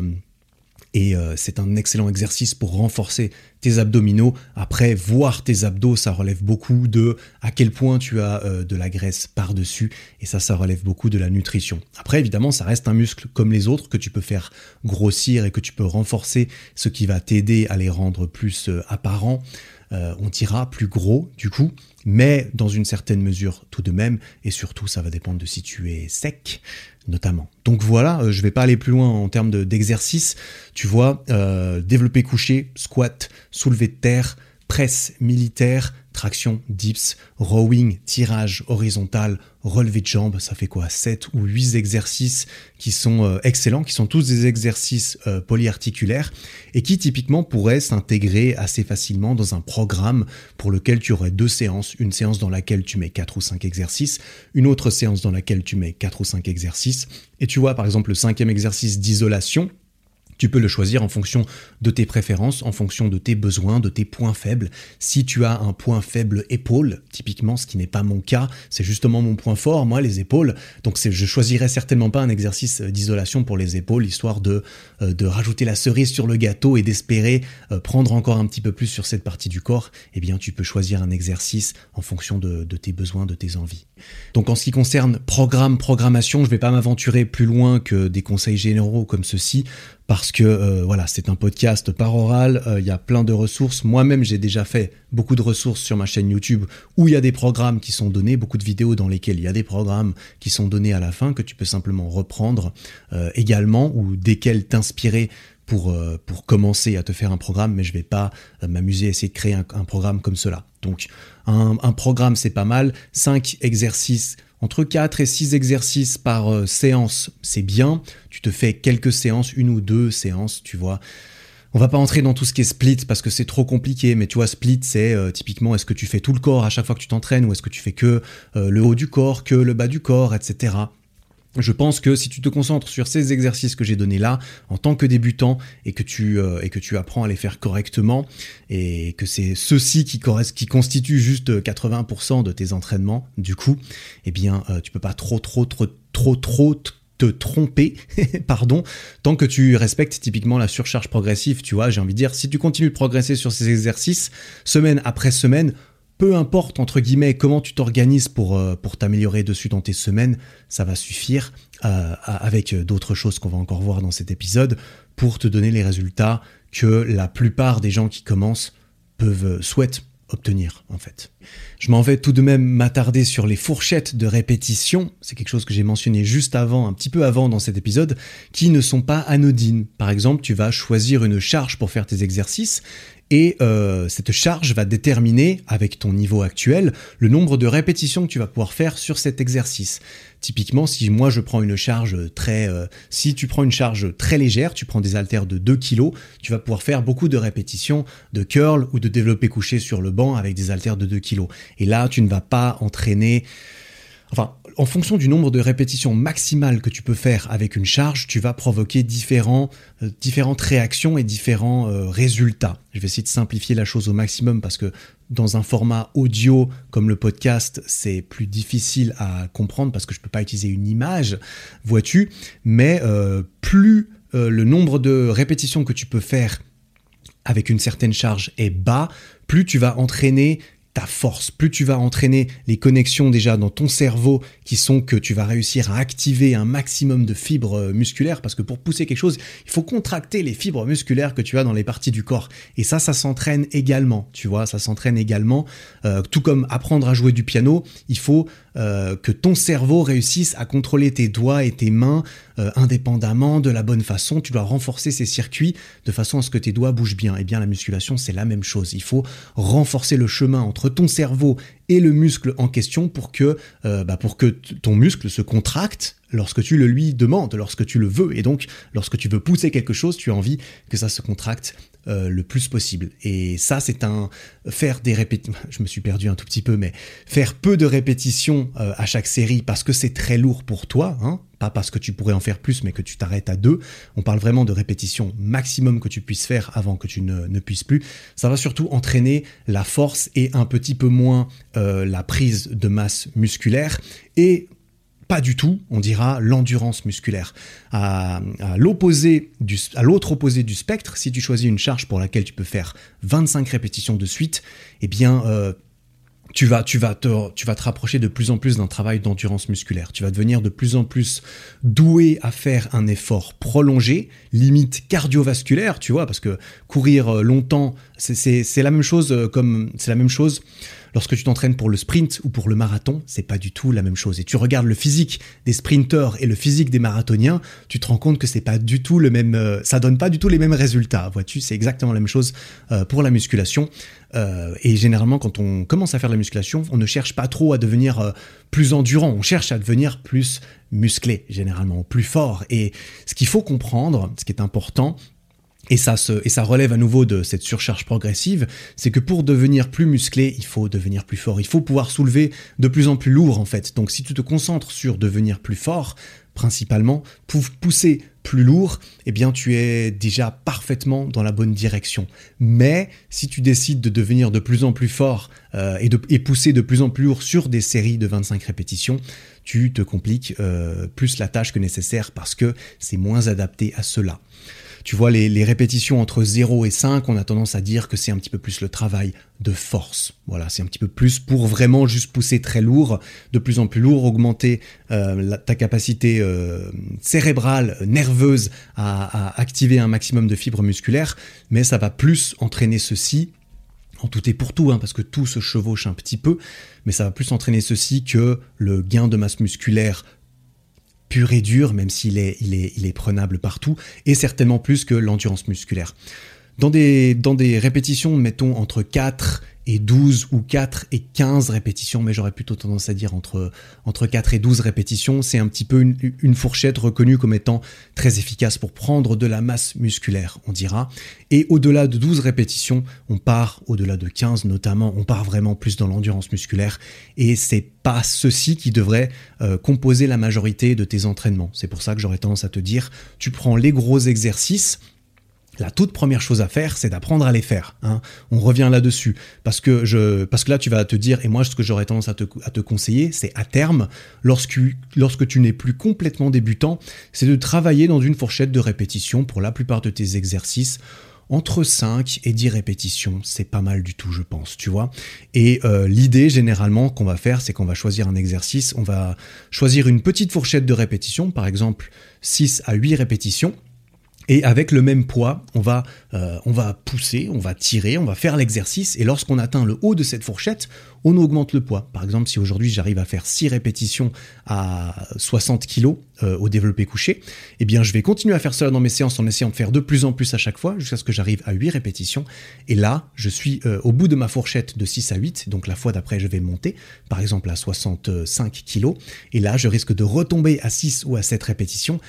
et euh, c'est un excellent exercice pour renforcer tes abdominaux. Après, voir tes abdos, ça relève beaucoup de à quel point tu as euh, de la graisse par-dessus. Et ça, ça relève beaucoup de la nutrition. Après, évidemment, ça reste un muscle comme les autres que tu peux faire grossir et que tu peux renforcer, ce qui va t'aider à les rendre plus euh, apparents. Euh, on dira plus gros du coup, mais dans une certaine mesure tout de même, et surtout ça va dépendre de si tu es sec notamment. Donc voilà, euh, je vais pas aller plus loin en termes de, d'exercice, tu vois, euh, développé couché, squat, soulevé de terre, presse militaire, traction, dips, rowing, tirage horizontal, relevé de jambes, ça fait quoi, sept ou huit exercices qui sont euh, excellents, qui sont tous des exercices euh, polyarticulaires et qui typiquement pourraient s'intégrer assez facilement dans un programme pour lequel tu aurais deux séances, une séance dans laquelle tu mets quatre ou cinq exercices, une autre séance dans laquelle tu mets quatre ou cinq exercices, et tu vois par exemple le cinquième exercice d'isolation, tu peux le choisir en fonction de tes préférences, en fonction de tes besoins, de tes points faibles. Si tu as un point faible épaule, typiquement, ce qui n'est pas mon cas, c'est justement mon point fort, moi, les épaules. Donc c'est, je choisirais certainement pas un exercice d'isolation pour les épaules, histoire de, euh, de rajouter la cerise sur le gâteau et d'espérer euh, prendre encore un petit peu plus sur cette partie du corps. Eh bien, tu peux choisir un exercice en fonction de, de tes besoins, de tes envies. Donc en ce qui concerne programme, programmation, je vais pas m'aventurer plus loin que des conseils généraux comme ceci, parce que euh, voilà, c'est un podcast par oral, il euh, y a plein de ressources. Moi-même, j'ai déjà fait beaucoup de ressources sur ma chaîne YouTube où il y a des programmes qui sont donnés, beaucoup de vidéos dans lesquelles il y a des programmes qui sont donnés à la fin que tu peux simplement reprendre euh, également ou desquels t'inspirer pour, euh, pour commencer à te faire un programme, mais je vais pas euh, m'amuser à essayer de créer un, un programme comme cela. Donc un, un programme, c'est pas mal, cinq exercices, entre quatre et six exercices par euh, séance, c'est bien. Tu te fais quelques séances, une ou deux séances, tu vois. On va pas entrer dans tout ce qui est split parce que c'est trop compliqué, mais tu vois, split, c'est euh, typiquement, est-ce que tu fais tout le corps à chaque fois que tu t'entraînes ou est-ce que tu fais que euh, le haut du corps, que le bas du corps, et cetera. Je pense que si tu te concentres sur ces exercices que j'ai donnés là, en tant que débutant, et que tu euh, et que tu apprends à les faire correctement, et que c'est ceux-ci qui, qui constituent juste quatre-vingts pour cent de tes entraînements, du coup, eh bien, euh, tu peux pas trop, trop, trop, trop, trop te tromper, pardon, tant que tu respectes typiquement la surcharge progressive, tu vois, j'ai envie de dire, si tu continues de progresser sur ces exercices, semaine après semaine, peu importe, entre guillemets, comment tu t'organises pour, euh, pour t'améliorer dessus dans tes semaines, ça va suffire euh, avec d'autres choses qu'on va encore voir dans cet épisode pour te donner les résultats que la plupart des gens qui commencent peuvent, souhaitent obtenir, en fait. Je m'en vais tout de même m'attarder sur les fourchettes de répétition. C'est quelque chose que j'ai mentionné juste avant, un petit peu avant dans cet épisode, qui ne sont pas anodines. Par exemple, tu vas choisir une charge pour faire tes exercices et euh, cette charge va déterminer, avec ton niveau actuel, le nombre de répétitions que tu vas pouvoir faire sur cet exercice. Typiquement, si moi je prends une charge très... Euh, si tu prends une charge très légère, tu prends des haltères de deux kilos, tu vas pouvoir faire beaucoup de répétitions de curl ou de développé couché sur le banc avec des haltères de deux kilos. Et là, tu ne vas pas entraîner Enfin, en fonction du nombre de répétitions maximales que tu peux faire avec une charge, tu vas provoquer différents, euh, différentes réactions et différents euh, résultats. Je vais essayer de simplifier la chose au maximum parce que dans un format audio comme le podcast, c'est plus difficile à comprendre parce que je ne peux pas utiliser une image, vois-tu. Mais euh, plus euh, le nombre de répétitions que tu peux faire avec une certaine charge est bas, plus tu vas entraîner ta force, plus tu vas entraîner les connexions déjà dans ton cerveau qui sont que tu vas réussir à activer un maximum de fibres musculaires parce que pour pousser quelque chose, il faut contracter les fibres musculaires que tu as dans les parties du corps. Et ça, ça s'entraîne également, tu vois, ça s'entraîne également. Euh, tout comme apprendre à jouer du piano, il faut euh, que ton cerveau réussisse à contrôler tes doigts et tes mains euh, indépendamment de la bonne façon. Tu dois renforcer ces circuits de façon à ce que tes doigts bougent bien. Et bien la musculation, c'est la même chose. Il faut renforcer le chemin entre ton cerveau et le muscle en question pour que, euh, bah pour que t- ton muscle se contracte lorsque tu le lui demandes, lorsque tu le veux. Et donc, lorsque tu veux pousser quelque chose, tu as envie que ça se contracte euh, le plus possible. Et ça, c'est un... Faire des répétitions... Je me suis perdu un tout petit peu, mais faire peu de répétitions euh, à chaque série parce que c'est très lourd pour toi, hein, pas parce que tu pourrais en faire plus, mais que tu t'arrêtes à deux. On parle vraiment de répétitions maximum que tu puisses faire avant que tu ne, ne puisses plus. Ça va surtout entraîner la force et un petit peu moins euh, la prise de masse musculaire et pas du tout, on dira, l'endurance musculaire. À, à l'opposé du, à l'autre opposé du spectre, si tu choisis une charge pour laquelle tu peux faire vingt-cinq répétitions de suite, eh bien... Euh, Tu vas, tu, vas te, tu vas te rapprocher de plus en plus d'un travail d'endurance musculaire. Tu vas devenir de plus en plus doué à faire un effort prolongé, limite cardiovasculaire, tu vois, parce que courir longtemps, c'est, c'est, c'est la même chose comme, c'est la même chose lorsque tu t'entraînes pour le sprint ou pour le marathon, c'est pas du tout la même chose. Et tu regardes le physique des sprinteurs et le physique des marathoniens, tu te rends compte que c'est pas du tout le même, euh, ça donne pas du tout les mêmes résultats. Vois-tu, c'est exactement la même chose euh, pour la musculation. Euh, et généralement, quand on commence à faire de la musculation, on ne cherche pas trop à devenir euh, plus endurant, on cherche à devenir plus musclé, généralement, plus fort. Et ce qu'il faut comprendre, ce qui est important, et ça, se, et ça relève à nouveau de cette surcharge progressive, c'est que pour devenir plus musclé, il faut devenir plus fort. Il faut pouvoir soulever de plus en plus lourd, en fait. Donc si tu te concentres sur devenir plus fort, principalement, pour pousser plus lourd, eh bien tu es déjà parfaitement dans la bonne direction. Mais si tu décides de devenir de plus en plus fort euh, et, de, et pousser de plus en plus lourd sur des séries de vingt-cinq répétitions, tu te compliques euh, plus la tâche que nécessaire parce que c'est moins adapté à cela. Tu vois, les, les répétitions entre zéro et cinq, on a tendance à dire que c'est un petit peu plus le travail de force. Voilà, c'est un petit peu plus pour vraiment juste pousser très lourd, de plus en plus lourd, augmenter euh, la, ta capacité euh, cérébrale, nerveuse à, à activer un maximum de fibres musculaires, mais ça va plus entraîner ceci, en tout et pour tout, hein, parce que tout se chevauche un petit peu, mais ça va plus entraîner ceci que le gain de masse musculaire pur et dur, même s'il est, il est, il est prenable partout, et certainement plus que l'endurance musculaire. Dans des, dans des répétitions, mettons entre quatre et douze ou quatre et quinze répétitions, mais j'aurais plutôt tendance à dire entre, entre quatre et douze répétitions, c'est un petit peu une, une fourchette reconnue comme étant très efficace pour prendre de la masse musculaire, on dira. Et au-delà de douze répétitions, on part, au-delà de quinze notamment, on part vraiment plus dans l'endurance musculaire, et c'est pas ceci qui devrait euh, composer la majorité de tes entraînements. C'est pour ça que j'aurais tendance à te dire, tu prends les gros exercices. La toute première chose à faire, c'est d'apprendre à les faire. Hein. On revient là-dessus. Parce que, je, parce que là, tu vas te dire, et moi, ce que j'aurais tendance à te, à te conseiller, c'est à terme, lorsque, lorsque tu n'es plus complètement débutant, c'est de travailler dans une fourchette de répétition pour la plupart de tes exercices. Entre cinq et dix répétitions, c'est pas mal du tout, je pense, tu vois. Et euh, l'idée, généralement, qu'on va faire, c'est qu'on va choisir un exercice, on va choisir une petite fourchette de répétition, par exemple six à huit répétitions. Et avec le même poids, on va, euh, on va pousser, on va tirer, on va faire l'exercice. Et lorsqu'on atteint le haut de cette fourchette, on augmente le poids. Par exemple, si aujourd'hui j'arrive à faire six répétitions à soixante kilos euh, au développé couché, eh bien je vais continuer à faire cela dans mes séances en essayant de faire de plus en plus à chaque fois jusqu'à ce que j'arrive à huit répétitions. Et là, je suis euh, au bout de ma fourchette de six à huit. Donc la fois d'après, je vais monter, par exemple à soixante-cinq kilos. Et là, je risque de retomber à six ou à sept répétitions.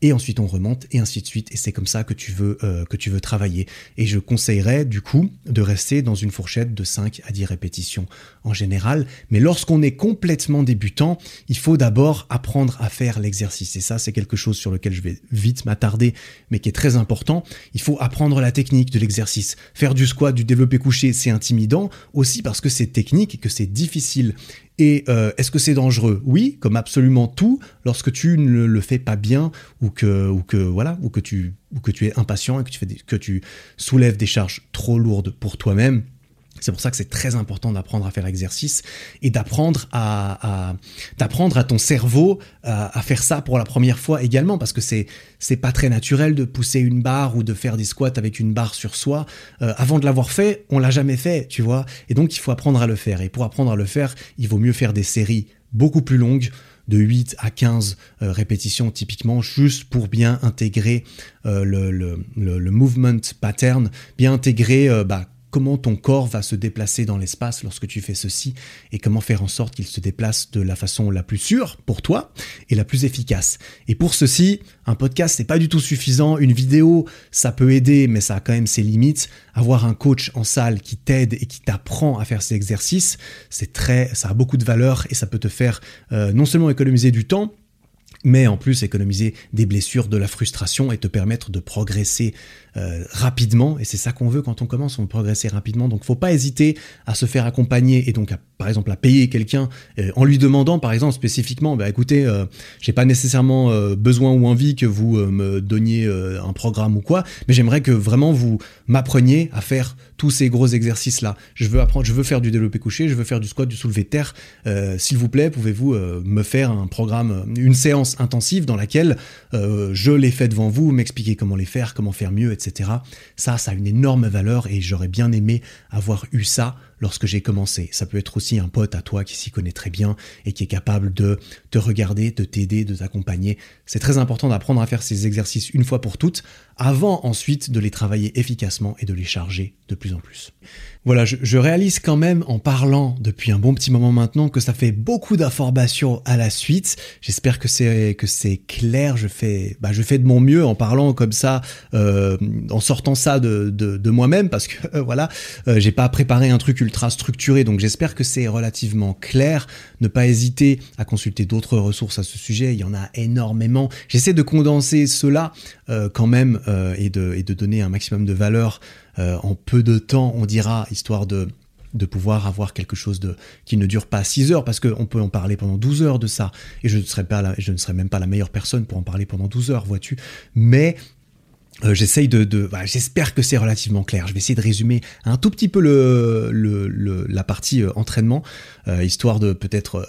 et ensuite on remonte, et ainsi de suite, et c'est comme ça que tu veux, euh, que tu veux travailler. Et je conseillerais du coup de rester dans une fourchette de cinq à dix répétitions en général, mais lorsqu'on est complètement débutant, il faut d'abord apprendre à faire l'exercice, et ça c'est quelque chose sur lequel je vais vite m'attarder, mais qui est très important. Il faut apprendre la technique de l'exercice. Faire du squat, du développé couché, c'est intimidant, aussi parce que c'est technique et que c'est difficile. Et euh, est-ce que c'est dangereux ? Oui, comme absolument tout, lorsque tu ne le fais pas bien ou que, ou que, voilà, ou que, tu, ou que tu es impatient et que tu, fais des, que tu soulèves des charges trop lourdes pour toi-même. C'est pour ça que c'est très important d'apprendre à faire l'exercice et d'apprendre à, à, d'apprendre à ton cerveau à, à faire ça pour la première fois également, parce que c'est, c'est pas très naturel de pousser une barre ou de faire des squats avec une barre sur soi. Euh, avant de l'avoir fait, on l'a jamais fait, tu vois. Et donc, il faut apprendre à le faire. Et pour apprendre à le faire, il vaut mieux faire des séries beaucoup plus longues, de huit à quinze euh, répétitions typiquement, juste pour bien intégrer euh, le, le, le, le movement pattern, bien intégrer euh, bah, comment ton corps va se déplacer dans l'espace lorsque tu fais ceci et comment faire en sorte qu'il se déplace de la façon la plus sûre pour toi et la plus efficace. Et pour ceci, un podcast, c'est pas du tout suffisant. Une vidéo, ça peut aider, mais ça a quand même ses limites. Avoir un coach en salle qui t'aide et qui t'apprend à faire ces exercices, c'est très, ça a beaucoup de valeur et ça peut te faire euh, non seulement économiser du temps, mais en plus économiser des blessures, de la frustration et te permettre de progresser euh, rapidement. Et c'est ça qu'on veut quand on commence, on veut progresser rapidement. Donc faut pas hésiter à se faire accompagner et donc à, par exemple à payer quelqu'un euh, en lui demandant par exemple spécifiquement, bah écoutez, euh, j'ai pas nécessairement euh, besoin ou envie que vous euh, me donniez euh, un programme ou quoi, mais j'aimerais que vraiment vous m'appreniez à faire tous ces gros exercices là. Je veux apprendre, je veux faire du développé couché, je veux faire du squat, du soulevé de terre. Euh, s'il vous plaît, pouvez-vous euh, me faire un programme, une séance intensive dans laquelle euh, je les fais devant vous, m'expliquer comment les faire, comment faire mieux, et cetera. Ça, ça a une énorme valeur et j'aurais bien aimé avoir eu ça lorsque j'ai commencé. Ça peut être aussi un pote à toi qui s'y connaît très bien et qui est capable de te regarder, de t'aider, de t'accompagner. C'est très important d'apprendre à faire ces exercices une fois pour toutes, avant ensuite de les travailler efficacement et de les charger de plus en plus. Voilà, je, je réalise quand même en parlant depuis un bon petit moment maintenant que ça fait beaucoup d'informations à la suite. J'espère que c'est que c'est clair. Je fais, bah, je fais de mon mieux en parlant comme ça, euh, en sortant ça de de, de moi-même parce que euh, voilà, euh, j'ai pas préparé un truc ultra structuré. Donc j'espère que c'est relativement clair. Ne pas hésiter à consulter d'autres ressources à ce sujet. Il y en a énormément. J'essaie de condenser cela euh, quand même euh, et de et de donner un maximum de valeur. Euh, en peu de temps, on dira, histoire de, de pouvoir avoir quelque chose de, qui ne dure pas six heures, parce qu'on peut en parler pendant douze heures de ça, et je ne serais pas la, je ne serais même pas la meilleure personne pour en parler pendant douze heures, vois-tu, mais euh, j'essaye de, de bah, j'espère que c'est relativement clair. Je vais essayer de résumer un tout petit peu le, le, le la partie euh, entraînement, euh, histoire de peut-être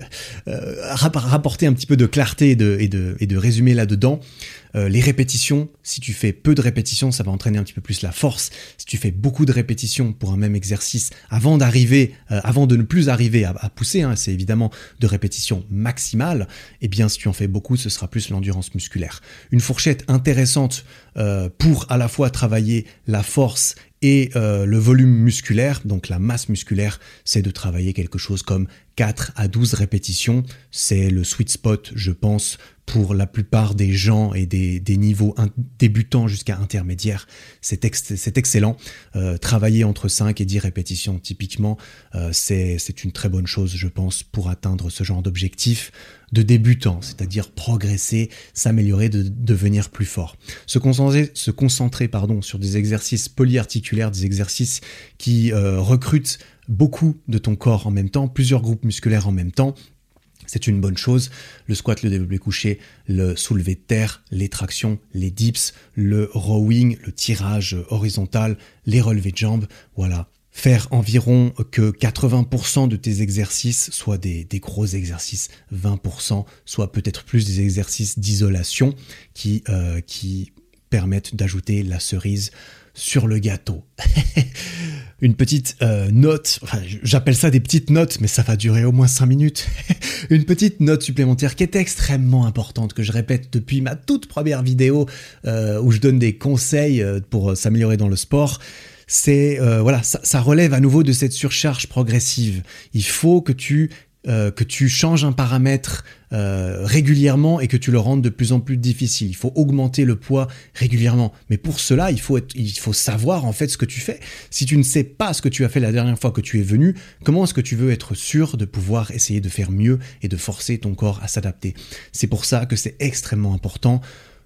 euh, rapporter un petit peu de clarté et de, et de, et de résumer là-dedans. Euh, les répétitions, si tu fais peu de répétitions, ça va entraîner un petit peu plus la force. Si tu fais beaucoup de répétitions pour un même exercice, avant d'arriver, euh, avant de ne plus arriver à, à pousser, hein, c'est évidemment de répétitions maximales, eh bien si tu en fais beaucoup, ce sera plus l'endurance musculaire. Une fourchette intéressante euh, pour à la fois travailler la force et euh, le volume musculaire, donc la masse musculaire, c'est de travailler quelque chose comme quatre à douze répétitions. C'est le sweet spot, je pense, pour la plupart des gens et des, des niveaux in- débutants jusqu'à intermédiaires. C'est, ex- c'est excellent. Euh, travailler entre cinq et dix répétitions, typiquement, euh, c'est, c'est une très bonne chose, je pense, pour atteindre ce genre d'objectif de débutant, c'est-à-dire progresser, s'améliorer, de devenir plus fort. Se concentrer, se concentrer pardon, sur des exercices polyarticulaires, des exercices qui euh, recrutent beaucoup de ton corps en même temps, plusieurs groupes musculaires en même temps, c'est une bonne chose. Le squat, le développé couché, le soulevé de terre, les tractions, les dips, le rowing, le tirage horizontal, les relevés de jambes, voilà. Faire environ que quatre-vingts pour cent de tes exercices soient des, des gros exercices, vingt pour cent soit peut-être plus des exercices d'isolation qui, euh, qui permettent d'ajouter la cerise sur le gâteau. Une petite euh, note, enfin, j'appelle ça des petites notes, mais ça va durer au moins cinq minutes. Une petite note supplémentaire qui est extrêmement importante, que je répète depuis ma toute première vidéo euh, où je donne des conseils euh, pour s'améliorer dans le sport. C'est euh, voilà, ça, ça relève à nouveau de cette surcharge progressive. Il faut que tu euh, que tu changes un paramètre euh, régulièrement et que tu le rendes de plus en plus difficile. Il faut augmenter le poids régulièrement. Mais pour cela, il faut, être, il faut savoir en fait ce que tu fais. Si tu ne sais pas ce que tu as fait la dernière fois que tu es venu, comment est-ce que tu veux être sûr de pouvoir essayer de faire mieux et de forcer ton corps à s'adapter? C'est pour ça que c'est extrêmement important.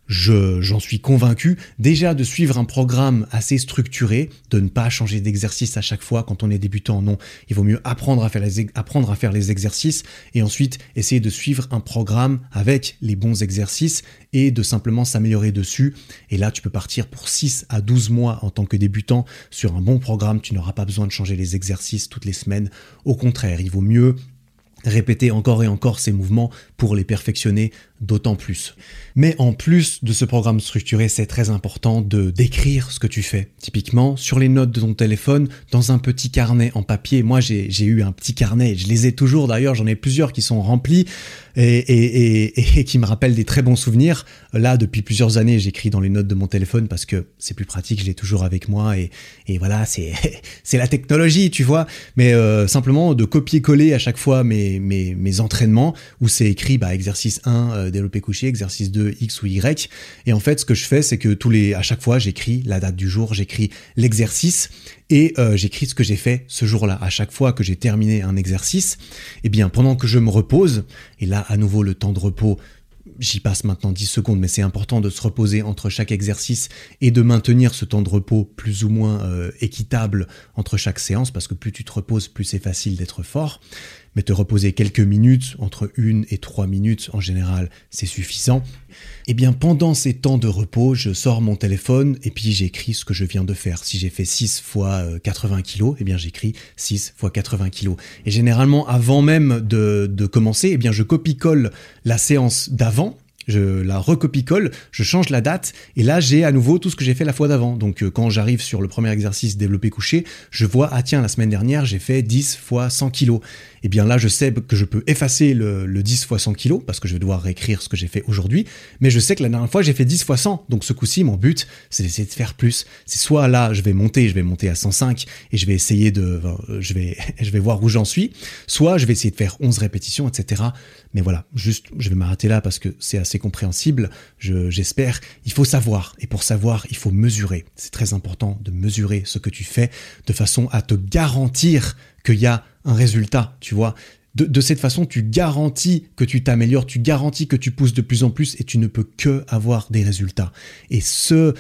Je, j'en suis convaincu, déjà de suivre un programme assez structuré, de ne pas changer d'exercice à chaque fois quand on est débutant. Non, il vaut mieux apprendre à faire les, apprendre à faire les exercices et ensuite essayer de suivre un programme avec les bons exercices et de simplement s'améliorer dessus. Et là, tu peux partir pour six à douze mois en tant que débutant sur un bon programme. Tu n'auras pas besoin de changer les exercices toutes les semaines. Au contraire, il vaut mieux répéter encore et encore ces mouvements pour les perfectionner d'autant plus. Mais en plus de ce programme structuré, c'est très important de d'écrire ce que tu fais. Typiquement, sur les notes de ton téléphone, dans un petit carnet en papier. Moi, j'ai, j'ai eu un petit carnet. Je les ai toujours d'ailleurs. J'en ai plusieurs qui sont remplis et, et, et, et qui me rappellent des très bons souvenirs. Là, depuis plusieurs années, j'écris dans les notes de mon téléphone parce que c'est plus pratique. Je l'ai toujours avec moi et, et voilà, c'est, c'est la technologie, tu vois. Mais euh, simplement de copier-coller à chaque fois mes, mes, mes entraînements où c'est écrit, bah, exercice un, euh, développé couché, exercice deux, X ou Y. Et en fait, ce que je fais, c'est que tous les, à chaque fois, j'écris la date du jour, j'écris l'exercice et euh, j'écris ce que j'ai fait ce jour-là. À chaque fois que j'ai terminé un exercice, eh bien, pendant que je me repose, et là, à nouveau, le temps de repos, j'y passe maintenant dix secondes, mais c'est important de se reposer entre chaque exercice et de maintenir ce temps de repos plus ou moins euh, équitable entre chaque séance, parce que plus tu te reposes, plus c'est facile d'être fort. Mais te reposer quelques minutes, entre une et trois minutes en général, c'est suffisant. Et bien pendant ces temps de repos, je sors mon téléphone et puis j'écris ce que je viens de faire. Si j'ai fait six fois quatre-vingts kilos, eh bien j'écris six fois quatre-vingts kilos. Et généralement, avant même de, de commencer, eh bien je copie-colle la séance d'avant. Je la recopie-colle, je change la date et là j'ai à nouveau tout ce que j'ai fait la fois d'avant. Donc euh, quand j'arrive sur le premier exercice développé couché, je vois, ah tiens, la semaine dernière j'ai fait dix fois cent kilos. Et bien là je sais que je peux effacer le, le dix fois cent kilos parce que je vais devoir réécrire ce que j'ai fait aujourd'hui, mais je sais que la dernière fois j'ai fait dix fois cent. Donc ce coup-ci mon but c'est d'essayer de faire plus. C'est soit là je vais monter, je vais monter à cent cinq et je vais essayer de, euh, je vais, je vais voir où j'en suis, soit je vais essayer de faire onze répétitions, et cetera. Mais voilà, juste je vais m'arrêter là parce que c'est assez compréhensible, je, j'espère. Il faut savoir, et pour savoir, il faut mesurer. C'est très important de mesurer ce que tu fais de façon à te garantir qu'il y a un résultat, tu vois. De, de cette façon, tu garantis que tu t'améliores, tu garantis que tu pousses de plus en plus et tu ne peux que avoir des résultats. Et ce,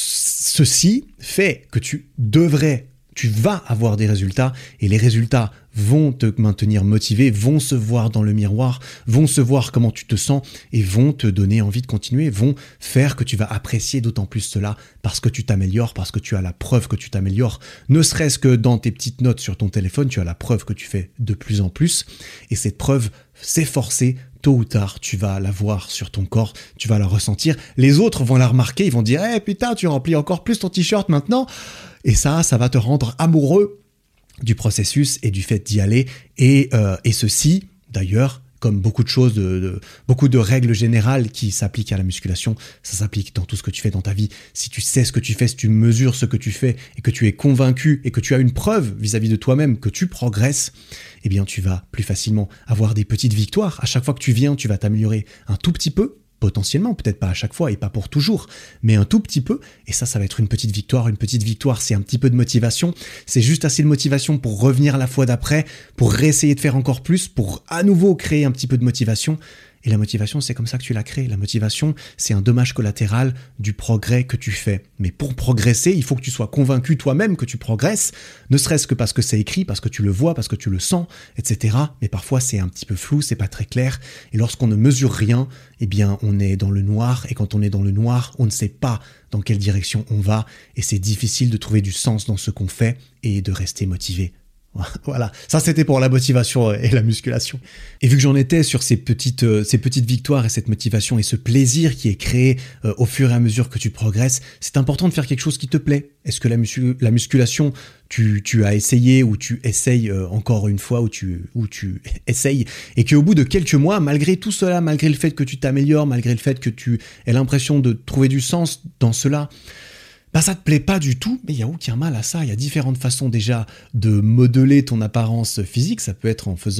ceci fait que tu devrais, tu vas avoir des résultats et les résultats vont te maintenir motivé, vont se voir dans le miroir, vont se voir comment tu te sens et vont te donner envie de continuer, vont faire que tu vas apprécier d'autant plus cela parce que tu t'améliores, parce que tu as la preuve que tu t'améliores. Ne serait-ce que dans tes petites notes sur ton téléphone, tu as la preuve que tu fais de plus en plus et cette preuve, c'est forcé. Tôt ou tard, tu vas la voir sur ton corps, tu vas la ressentir. Les autres vont la remarquer, ils vont dire « Eh putain, tu remplis encore plus ton t-shirt maintenant !» Et ça, ça va te rendre amoureux du processus et du fait d'y aller. Et, euh, et ceci, d'ailleurs, comme beaucoup de choses, de, de, beaucoup de règles générales qui s'appliquent à la musculation, ça s'applique dans tout ce que tu fais dans ta vie. Si tu sais ce que tu fais, si tu mesures ce que tu fais et que tu es convaincu et que tu as une preuve vis-à-vis de toi-même que tu progresses, eh bien tu vas plus facilement avoir des petites victoires. À chaque fois que tu viens, tu vas t'améliorer un tout petit peu, potentiellement, peut-être pas à chaque fois et pas pour toujours, mais un tout petit peu. Et ça, ça va être une petite victoire. Une petite victoire, c'est un petit peu de motivation. C'est juste assez de motivation pour revenir la fois d'après, pour réessayer de faire encore plus, pour à nouveau créer un petit peu de motivation. Et la motivation, c'est comme ça que tu la crées. La motivation, c'est un dommage collatéral du progrès que tu fais. Mais pour progresser, il faut que tu sois convaincu toi-même que tu progresses, ne serait-ce que parce que c'est écrit, parce que tu le vois, parce que tu le sens, et cetera. Mais parfois, c'est un petit peu flou, c'est pas très clair. Et lorsqu'on ne mesure rien, eh bien, on est dans le noir. Et quand on est dans le noir, on ne sait pas dans quelle direction on va. Et c'est difficile de trouver du sens dans ce qu'on fait et de rester motivé. Voilà, ça c'était pour la motivation et la musculation. Et vu que j'en étais sur ces petites, euh, ces petites victoires et cette motivation et ce plaisir qui est créé euh, au fur et à mesure que tu progresses, c'est important de faire quelque chose qui te plaît. Est-ce que la, muscu- la musculation, tu, tu as essayé ou tu essayes euh, encore une fois ou tu, ou tu essayes et qu'au bout de quelques mois, malgré tout cela, malgré le fait que tu t'améliores, malgré le fait que tu aies l'impression de trouver du sens dans cela, bah ça te plaît pas du tout, mais il y a aucun mal à ça. Il y a différentes façons déjà de modeler ton apparence physique. Ça peut être en faisant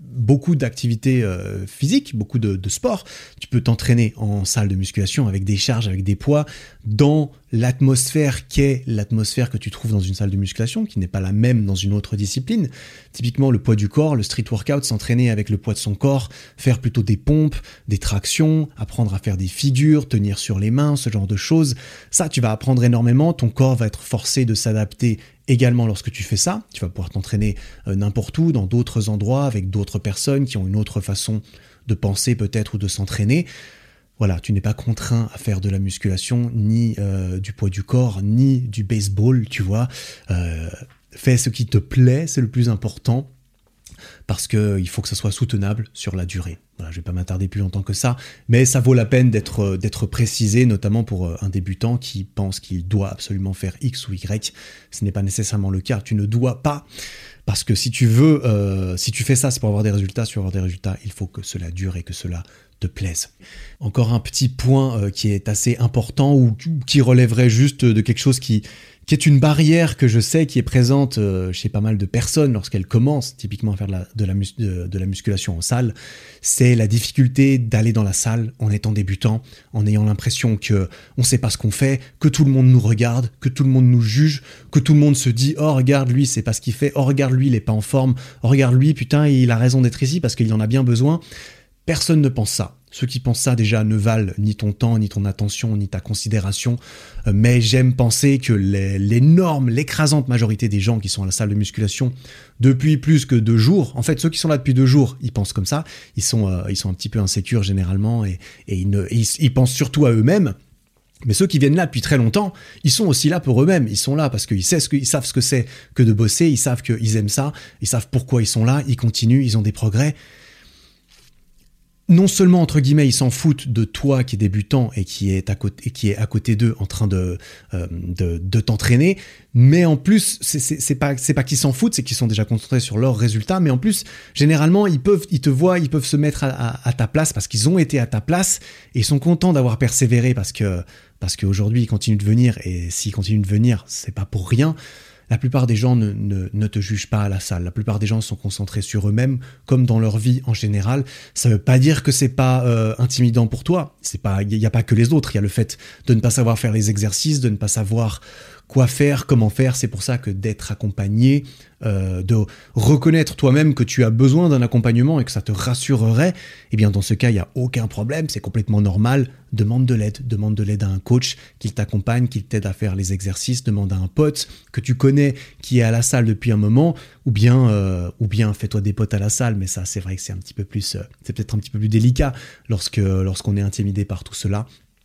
beaucoup d'activités euh, physiques, beaucoup de, de sport. Tu peux t'entraîner en salle de musculation avec des charges, avec des poids, dans l'atmosphère qu'est l'atmosphère que tu trouves dans une salle de musculation, qui n'est pas la même dans une autre discipline. Typiquement, le poids du corps, le street workout, s'entraîner avec le poids de son corps, faire plutôt des pompes, des tractions, apprendre à faire des figures, tenir sur les mains, ce genre de choses. Ça, tu vas apprendre énormément. Ton corps va être forcé de s'adapter également lorsque tu fais ça. Tu vas pouvoir t'entraîner euh, n'importe où, dans d'autres endroits, avec d'autres personnes qui ont une autre façon de penser peut-être ou de s'entraîner. Voilà, tu n'es pas contraint à faire de la musculation, ni euh, du poids du corps, ni du baseball, tu vois. Euh, fais ce qui te plaît, c'est le plus important, parce qu'il faut que ça soit soutenable sur la durée. Voilà, je ne vais pas m'attarder plus longtemps que ça, mais ça vaut la peine d'être, d'être précisé, notamment pour un débutant qui pense qu'il doit absolument faire X ou Y. Ce n'est pas nécessairement le cas, tu ne dois pas, parce que si tu veux, euh, si tu fais ça, c'est pour avoir des résultats, si tu veux avoir des résultats, il faut que cela dure et que cela te plaise. Encore un petit point euh, qui est assez important ou qui relèverait juste de quelque chose qui, qui est une barrière que je sais qui est présente euh, chez pas mal de personnes lorsqu'elles commencent typiquement à faire de la, de, la mus- de, de la musculation en salle, c'est la difficulté d'aller dans la salle en étant débutant, en ayant l'impression que on sait pas ce qu'on fait, que tout le monde nous regarde, que tout le monde nous juge, que tout le monde se dit « Oh, regarde lui, c'est pas ce qu'il fait. Oh, regarde lui, il est pas en forme. Oh, regarde lui, putain, il a raison d'être ici parce qu'il en a bien besoin. » Personne ne pense ça. Ceux qui pensent ça déjà ne valent ni ton temps, ni ton attention, ni ta considération. Euh, mais j'aime penser que les, l'énorme, l'écrasante majorité des gens qui sont à la salle de musculation depuis plus que deux jours, en fait ceux qui sont là depuis deux jours, ils pensent comme ça, ils sont, euh, ils sont un petit peu insécures généralement et, et, ils, ne, et ils, ils pensent surtout à eux-mêmes. Mais ceux qui viennent là depuis très longtemps, ils sont aussi là pour eux-mêmes. Ils sont là parce qu'ils savent ce que, ils savent ce que c'est que de bosser, ils savent qu'ils aiment ça, ils savent pourquoi ils sont là, ils continuent, ils ont des progrès. Non seulement, entre guillemets, ils s'en foutent de toi qui est débutant et qui est à côté, et qui est à côté d'eux en train de, euh, de, de t'entraîner, mais en plus, c'est, c'est, c'est pas, c'est pas qu'ils s'en foutent, c'est qu'ils sont déjà concentrés sur leurs résultats, mais en plus, généralement, ils peuvent, ils te voient, ils peuvent se mettre à, à, à ta place parce qu'ils ont été à ta place et ils sont contents d'avoir persévéré parce que, parce qu'aujourd'hui, ils continuent de venir et s'ils continuent de venir, c'est pas pour rien. La plupart des gens ne, ne, ne te jugent pas à la salle. La plupart des gens sont concentrés sur eux-mêmes, comme dans leur vie en général. Ça veut pas dire que c'est pas euh, intimidant pour toi. C'est pas, il y a pas que les autres. Il y a le fait de ne pas savoir faire les exercices, de ne pas savoir quoi faire, comment faire. C'est pour ça que d'être accompagné, euh, de reconnaître toi-même que tu as besoin d'un accompagnement et que ça te rassurerait, eh bien dans ce cas, il n'y a aucun problème, c'est complètement normal. Demande de l'aide, demande de l'aide à un coach, qu'il t'accompagne, qu'il t'aide à faire les exercices, demande à un pote que tu connais qui est à la salle depuis un moment, ou bien, euh, ou bien fais-toi des potes à la salle, mais ça c'est vrai que c'est un petit peu plus, euh, c'est peut-être un petit peu plus délicat lorsque, lorsqu'on est intimidé par tout cela.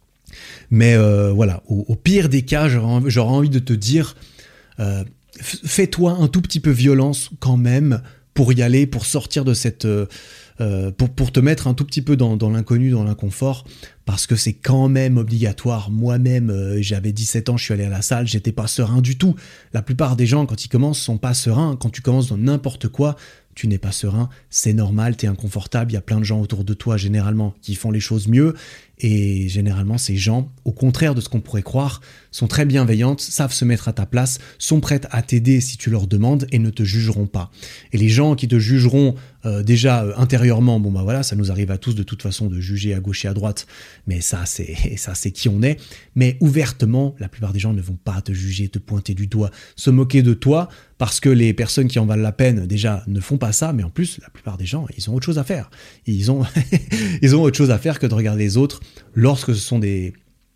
Mais euh, voilà, au, au pire des cas, j'aurais, j'aurais envie de te dire, euh, fais-toi un tout petit peu violence quand même pour y aller, pour sortir de cette... Euh, euh, pour, pour te mettre un tout petit peu dans, dans l'inconnu, dans l'inconfort, parce que c'est quand même obligatoire. Moi-même, euh, j'avais dix-sept ans, je suis allé à la salle, j'étais pas serein du tout. La plupart des gens, quand ils commencent, sont pas sereins. Quand tu commences dans n'importe quoi, tu n'es pas serein, c'est normal, t'es inconfortable, il y a plein de gens autour de toi, généralement, qui font les choses mieux, et généralement, ces gens, au contraire de ce qu'on pourrait croire, sont très bienveillantes, savent se mettre à ta place, sont prêtes à t'aider si tu leur demandes, et ne te jugeront pas. Et les gens qui te jugeront euh, déjà euh, intérieurement, bon bah voilà, ça nous arrive à tous de toute façon de juger à gauche et à droite, mais ça c'est, ça c'est qui on est, mais ouvertement, la plupart des gens ne vont pas te juger, te pointer du doigt, se moquer de toi, parce que les personnes qui en valent la peine, déjà, ne font pas ça, mais en plus, la plupart des gens, ils ont autre chose à faire. Ils ont, ils ont autre chose à faire que de regarder les autres lorsque ce sont des,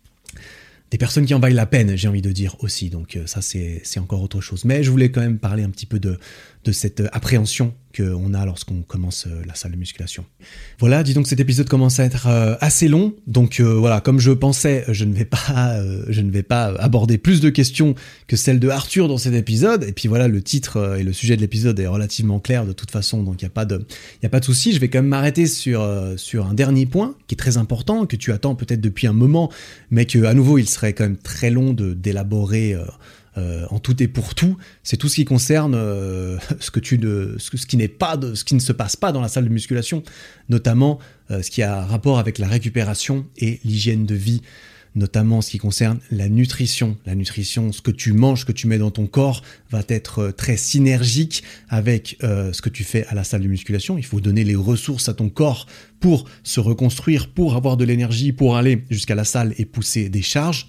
des personnes qui en valent la peine, j'ai envie de dire aussi. Donc ça, c'est, c'est encore autre chose. Mais je voulais quand même parler un petit peu de, de cette appréhension qu'on a lorsqu'on commence la salle de musculation. Voilà, dis donc cet épisode commence à être euh, assez long, donc euh, voilà, comme je pensais, je ne vais pas, euh, je ne vais pas aborder plus de questions que celles de Arthur dans cet épisode, et puis voilà, le titre euh, et le sujet de l'épisode est relativement clair de toute façon, donc il y a pas de, il y a pas de souci. Je vais quand même m'arrêter sur euh, sur un dernier point qui est très important, que tu attends peut-être depuis un moment, mais que à nouveau il serait quand même très long de d'élaborer. Euh, Euh, en tout et pour tout, c'est tout ce qui concerne euh, ce que tu ne, ce, ce qui n'est pas, de, ce qui ne se passe pas dans la salle de musculation, notamment euh, ce qui a rapport avec la récupération et l'hygiène de vie notamment en ce qui concerne la nutrition. La nutrition, ce que tu manges, ce que tu mets dans ton corps, va être très synergique avec euh, ce que tu fais à la salle de musculation. Il faut donner les ressources à ton corps pour se reconstruire, pour avoir de l'énergie, pour aller jusqu'à la salle et pousser des charges.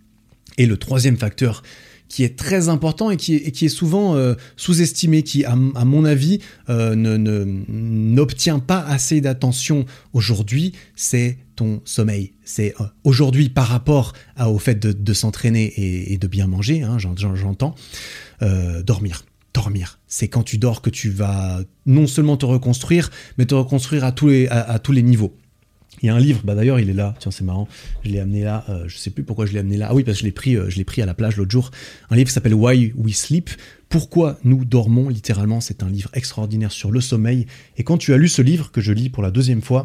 Et le troisième facteur qui est très important et qui est, et qui est souvent euh, sous-estimé, qui, à, à mon avis, euh, ne, ne, n'obtient pas assez d'attention aujourd'hui, c'est ton sommeil. C'est euh, aujourd'hui, par rapport à, au fait de, de s'entraîner et, et de bien manger, hein, j'entends, euh, dormir. Dormir, c'est quand tu dors que tu vas non seulement te reconstruire, mais te reconstruire à tous les, à, à tous les niveaux. Il y a un livre, bah d'ailleurs il est là, tiens c'est marrant, je l'ai amené là, euh, je sais plus pourquoi je l'ai amené là, ah oui parce que je l'ai pris, euh, je l'ai pris à la plage l'autre jour, un livre qui s'appelle Why We Sleep, pourquoi nous dormons, littéralement c'est un livre extraordinaire sur le sommeil, et quand tu as lu ce livre, que je lis pour la deuxième fois,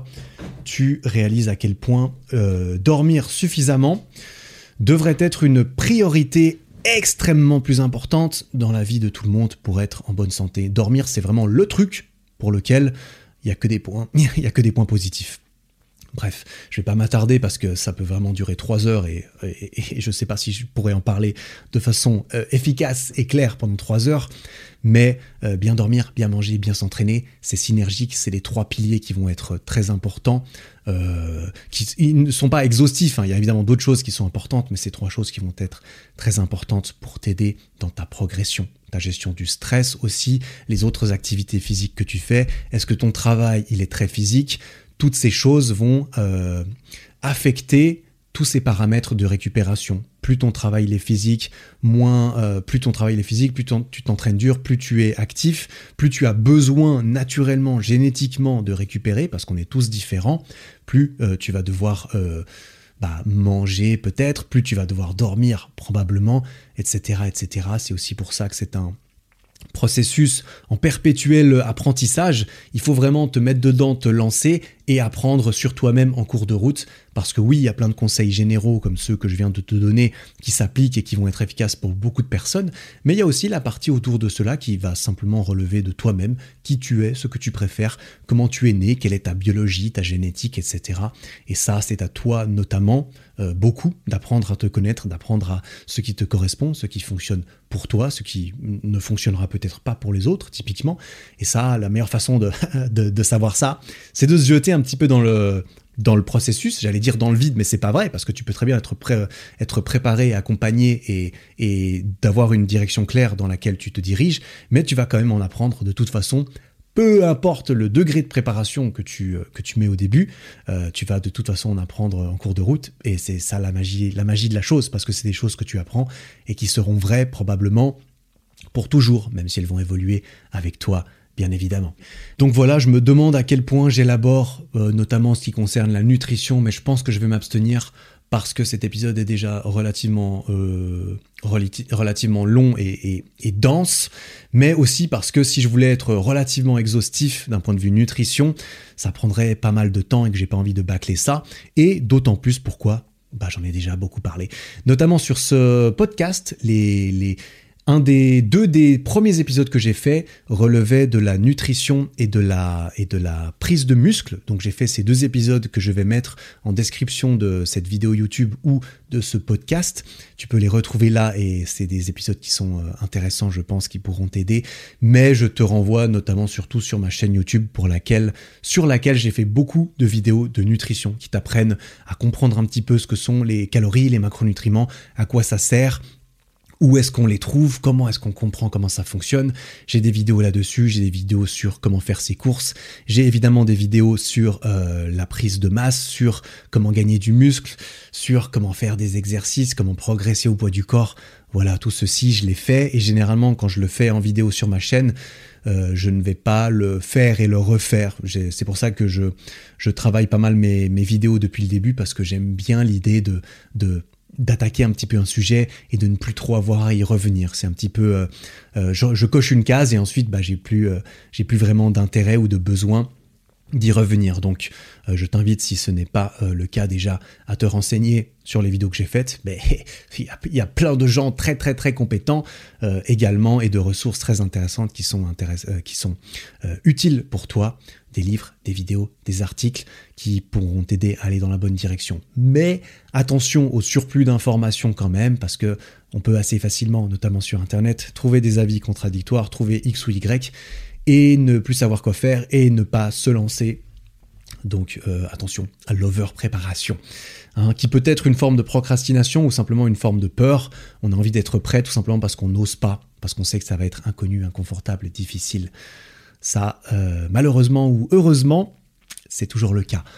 tu réalises à quel point euh, dormir suffisamment devrait être une priorité extrêmement plus importante dans la vie de tout le monde pour être en bonne santé. Dormir c'est vraiment le truc pour lequel il y a que des points, il y a que des points positifs. Bref, je vais pas m'attarder parce que ça peut vraiment durer trois heures et, et, et je sais pas si je pourrais en parler de façon euh, efficace et claire pendant trois heures, mais euh, bien dormir, bien manger, bien s'entraîner, c'est synergique, c'est les trois piliers qui vont être très importants, euh, qui ils ne sont pas exhaustifs, hein. Il y a évidemment d'autres choses qui sont importantes, mais c'est trois choses qui vont être très importantes pour t'aider dans ta progression. Ta gestion du stress aussi, les autres activités physiques que tu fais, est-ce que ton travail il est très physique ? Toutes ces choses vont euh, affecter tous ces paramètres de récupération. Plus ton travail il est physique, moins, euh, plus ton travail il est physique, plus tu t'entraînes dur, plus tu es actif, plus tu as besoin naturellement, génétiquement de récupérer, parce qu'on est tous différents, plus euh, tu vas devoir euh, bah, manger peut-être, plus tu vas devoir dormir probablement, et cetera, et cetera. C'est aussi pour ça que c'est un processus en perpétuel apprentissage. Il faut vraiment te mettre dedans, te lancer et apprendre sur toi-même en cours de route, parce que oui, il y a plein de conseils généraux comme ceux que je viens de te donner qui s'appliquent et qui vont être efficaces pour beaucoup de personnes, mais il y a aussi la partie autour de cela qui va simplement relever de toi-même qui tu es, ce que tu préfères, comment tu es né, quelle est ta biologie, ta génétique, et cetera. Et ça, c'est à toi notamment euh, beaucoup d'apprendre à te connaître, d'apprendre à ce qui te correspond, ce qui fonctionne pour toi, ce qui ne fonctionnera peut-être pas pour les autres, typiquement. Et ça, la meilleure façon de, de, de savoir ça, c'est de se jeter un petit peu dans le, dans le processus, j'allais dire dans le vide, mais c'est pas vrai, parce que tu peux très bien être, pré- être préparé, accompagné et, et d'avoir une direction claire dans laquelle tu te diriges, mais tu vas quand même en apprendre de toute façon. Peu importe le degré de préparation que tu, que tu mets au début, euh, tu vas de toute façon en apprendre en cours de route, et c'est ça la magie, la magie de la chose, parce que c'est des choses que tu apprends et qui seront vraies probablement pour toujours, même si elles vont évoluer avec toi, bien évidemment. Donc voilà, je me demande à quel point j'élabore, euh, notamment en ce qui concerne la nutrition, mais je pense que je vais m'abstenir parce que cet épisode est déjà relativement, euh, relati- relativement long et, et, et dense, mais aussi parce que si je voulais être relativement exhaustif d'un point de vue nutrition, ça prendrait pas mal de temps et que j'ai pas envie de bâcler ça, et d'autant plus pourquoi, bah j'en ai déjà beaucoup parlé. Notamment sur ce podcast, les... les Un des deux des premiers épisodes que j'ai fait relevait de la nutrition et de la, et de la prise de muscle. Donc j'ai fait ces deux épisodes que je vais mettre en description de cette vidéo YouTube ou de ce podcast. Tu peux les retrouver là et c'est des épisodes qui sont intéressants, je pense, qui pourront t'aider. Mais je te renvoie notamment surtout sur ma chaîne YouTube pour laquelle, sur laquelle j'ai fait beaucoup de vidéos de nutrition qui t'apprennent à comprendre un petit peu ce que sont les calories, les macronutriments, à quoi ça sert. Où est-ce qu'on les trouve? Comment est-ce qu'on comprend comment ça fonctionne? J'ai des vidéos là-dessus, j'ai des vidéos sur comment faire ses courses, j'ai évidemment des vidéos sur euh, la prise de masse, sur comment gagner du muscle, sur comment faire des exercices, comment progresser au poids du corps. Voilà, tout ceci, je l'ai fait et généralement, quand je le fais en vidéo sur ma chaîne, euh, je ne vais pas le faire et le refaire. J'ai, c'est pour ça que je, je travaille pas mal mes, mes vidéos depuis le début parce que j'aime bien l'idée de... de d'attaquer un petit peu un sujet et de ne plus trop avoir à y revenir. C'est un petit peu... Euh, euh, je, je coche une case et ensuite, bah, j'ai plus, euh, j'ai plus vraiment d'intérêt ou de besoin d'y revenir. Donc, euh, je t'invite, si ce n'est pas euh, le cas déjà, à te renseigner sur les vidéos que j'ai faites. Mais il y a, il y a plein de gens très, très, très compétents euh, également et de ressources très intéressantes qui sont, intéress- euh, qui sont euh, utiles pour toi. des livres, des vidéos, des articles qui pourront t'aider à aller dans la bonne direction. Mais attention au surplus d'informations quand même, parce que on peut assez facilement, notamment sur Internet, trouver des avis contradictoires, trouver X ou Y, et ne plus savoir quoi faire, et ne pas se lancer. Donc euh, attention à l'over-préparation, hein, qui peut être une forme de procrastination ou simplement une forme de peur. On a envie d'être prêt tout simplement parce qu'on n'ose pas, parce qu'on sait que ça va être inconnu, inconfortable, difficile. Ça, euh, malheureusement ou heureusement, c'est toujours le cas.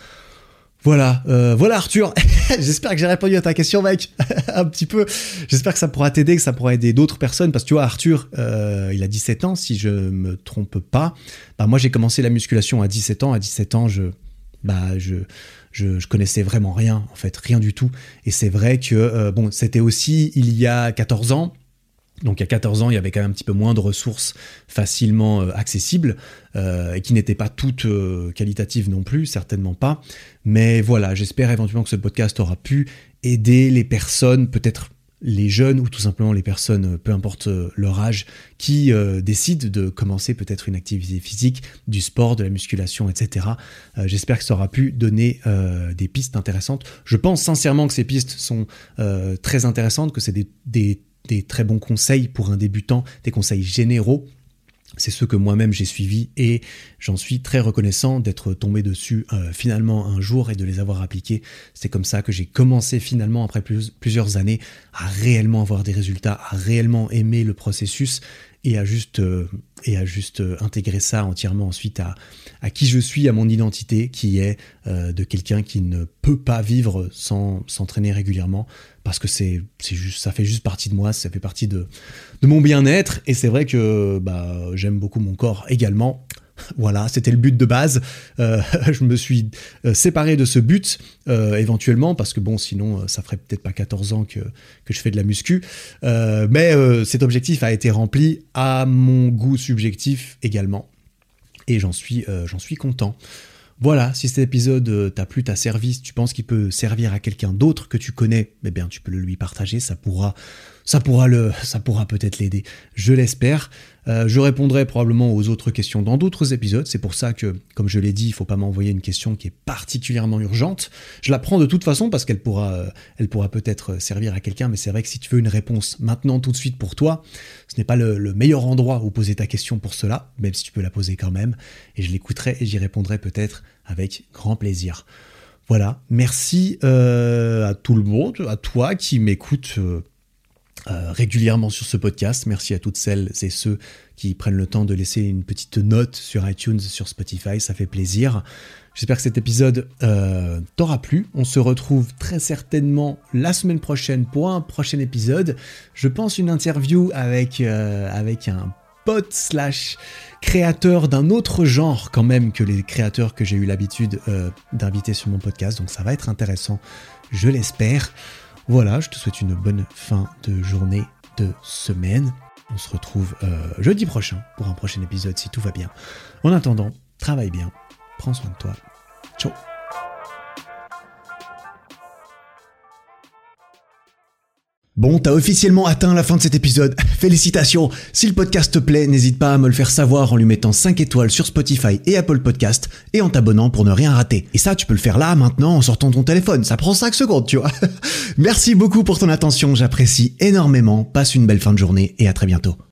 Voilà, euh, voilà Arthur, j'espère que j'ai répondu à ta question mec, un petit peu, j'espère que ça pourra t'aider, que ça pourra aider d'autres personnes, parce que tu vois Arthur, euh, il a dix-sept ans, si je me trompe pas, bah moi j'ai commencé la musculation à dix-sept ans, à dix-sept ans je, bah je, je, je connaissais vraiment rien, en fait, rien du tout, et c'est vrai que, euh, bon, c'était aussi il y a quatorze ans, donc à quatorze ans, il y avait quand même un petit peu moins de ressources facilement euh, accessibles euh, et qui n'étaient pas toutes euh, qualitatives non plus, certainement pas. Mais voilà, j'espère éventuellement que ce podcast aura pu aider les personnes, peut-être les jeunes ou tout simplement les personnes, peu importe leur âge, qui euh, décident de commencer peut-être une activité physique, du sport, de la musculation, et cetera. Euh, j'espère que ça aura pu donner euh, des pistes intéressantes. Je pense sincèrement que ces pistes sont euh, très intéressantes, que c'est des, des des très bons conseils pour un débutant, des conseils généraux. C'est ceux que moi-même j'ai suivis et j'en suis très reconnaissant d'être tombé dessus euh, finalement un jour et de les avoir appliqués. C'est comme ça que j'ai commencé finalement après plus, plusieurs années à réellement avoir des résultats, à réellement aimer le processus et à juste, euh, et à juste euh, intégrer ça entièrement ensuite à, à qui je suis, à mon identité qui est euh, de quelqu'un qui ne peut pas vivre sans s'entraîner régulièrement parce que c'est, c'est juste, ça fait juste partie de moi, ça fait partie de, de mon bien-être et c'est vrai que bah, j'aime beaucoup mon corps également. Voilà, c'était le but de base. Euh, je me suis séparé de ce but euh, éventuellement parce que bon, sinon ça ferait peut-être pas quatorze ans que que je fais de la muscu. Euh, mais euh, cet objectif a été rempli à mon goût subjectif également, et j'en suis euh, j'en suis content. Voilà, si cet épisode t'a plu, t'a servi, si tu penses qu'il peut servir à quelqu'un d'autre que tu connais, eh bien tu peux le lui partager, ça pourra, ça pourra le, ça pourra peut-être l'aider, je l'espère. Euh, je répondrai probablement aux autres questions dans d'autres épisodes, c'est pour ça que, comme je l'ai dit, il ne faut pas m'envoyer une question qui est particulièrement urgente. Je la prends de toute façon parce qu'elle pourra, euh, elle pourra peut-être servir à quelqu'un, mais c'est vrai que si tu veux une réponse maintenant, tout de suite pour toi, ce n'est pas le, le meilleur endroit où poser ta question pour cela, même si tu peux la poser quand même, et je l'écouterai et j'y répondrai peut-être avec grand plaisir. Voilà, merci euh, à tout le monde, à toi qui m'écoute euh, euh, régulièrement sur ce podcast. Merci à toutes celles et ceux qui prennent le temps de laisser une petite note sur iTunes, sur Spotify, ça fait plaisir. J'espère que cet épisode euh, t'aura plu. On se retrouve très certainement la semaine prochaine pour un prochain épisode. Je pense une interview avec, euh, avec un pote slash créateur d'un autre genre quand même que les créateurs que j'ai eu l'habitude euh, d'inviter sur mon podcast. Donc ça va être intéressant, je l'espère. Voilà, je te souhaite une bonne fin de journée, de semaine. On se retrouve euh, jeudi prochain pour un prochain épisode si tout va bien. En attendant, travaille bien, prends soin de toi. Ciao. Bon, t'as officiellement atteint la fin de cet épisode. Félicitations. Si le podcast te plaît, n'hésite pas à me le faire savoir en lui mettant cinq étoiles sur Spotify et Apple Podcast et en t'abonnant pour ne rien rater. Et ça, tu peux le faire là, maintenant, en sortant ton téléphone. Ça prend cinq secondes, tu vois. Merci beaucoup pour ton attention. J'apprécie énormément. Passe une belle fin de journée et à très bientôt.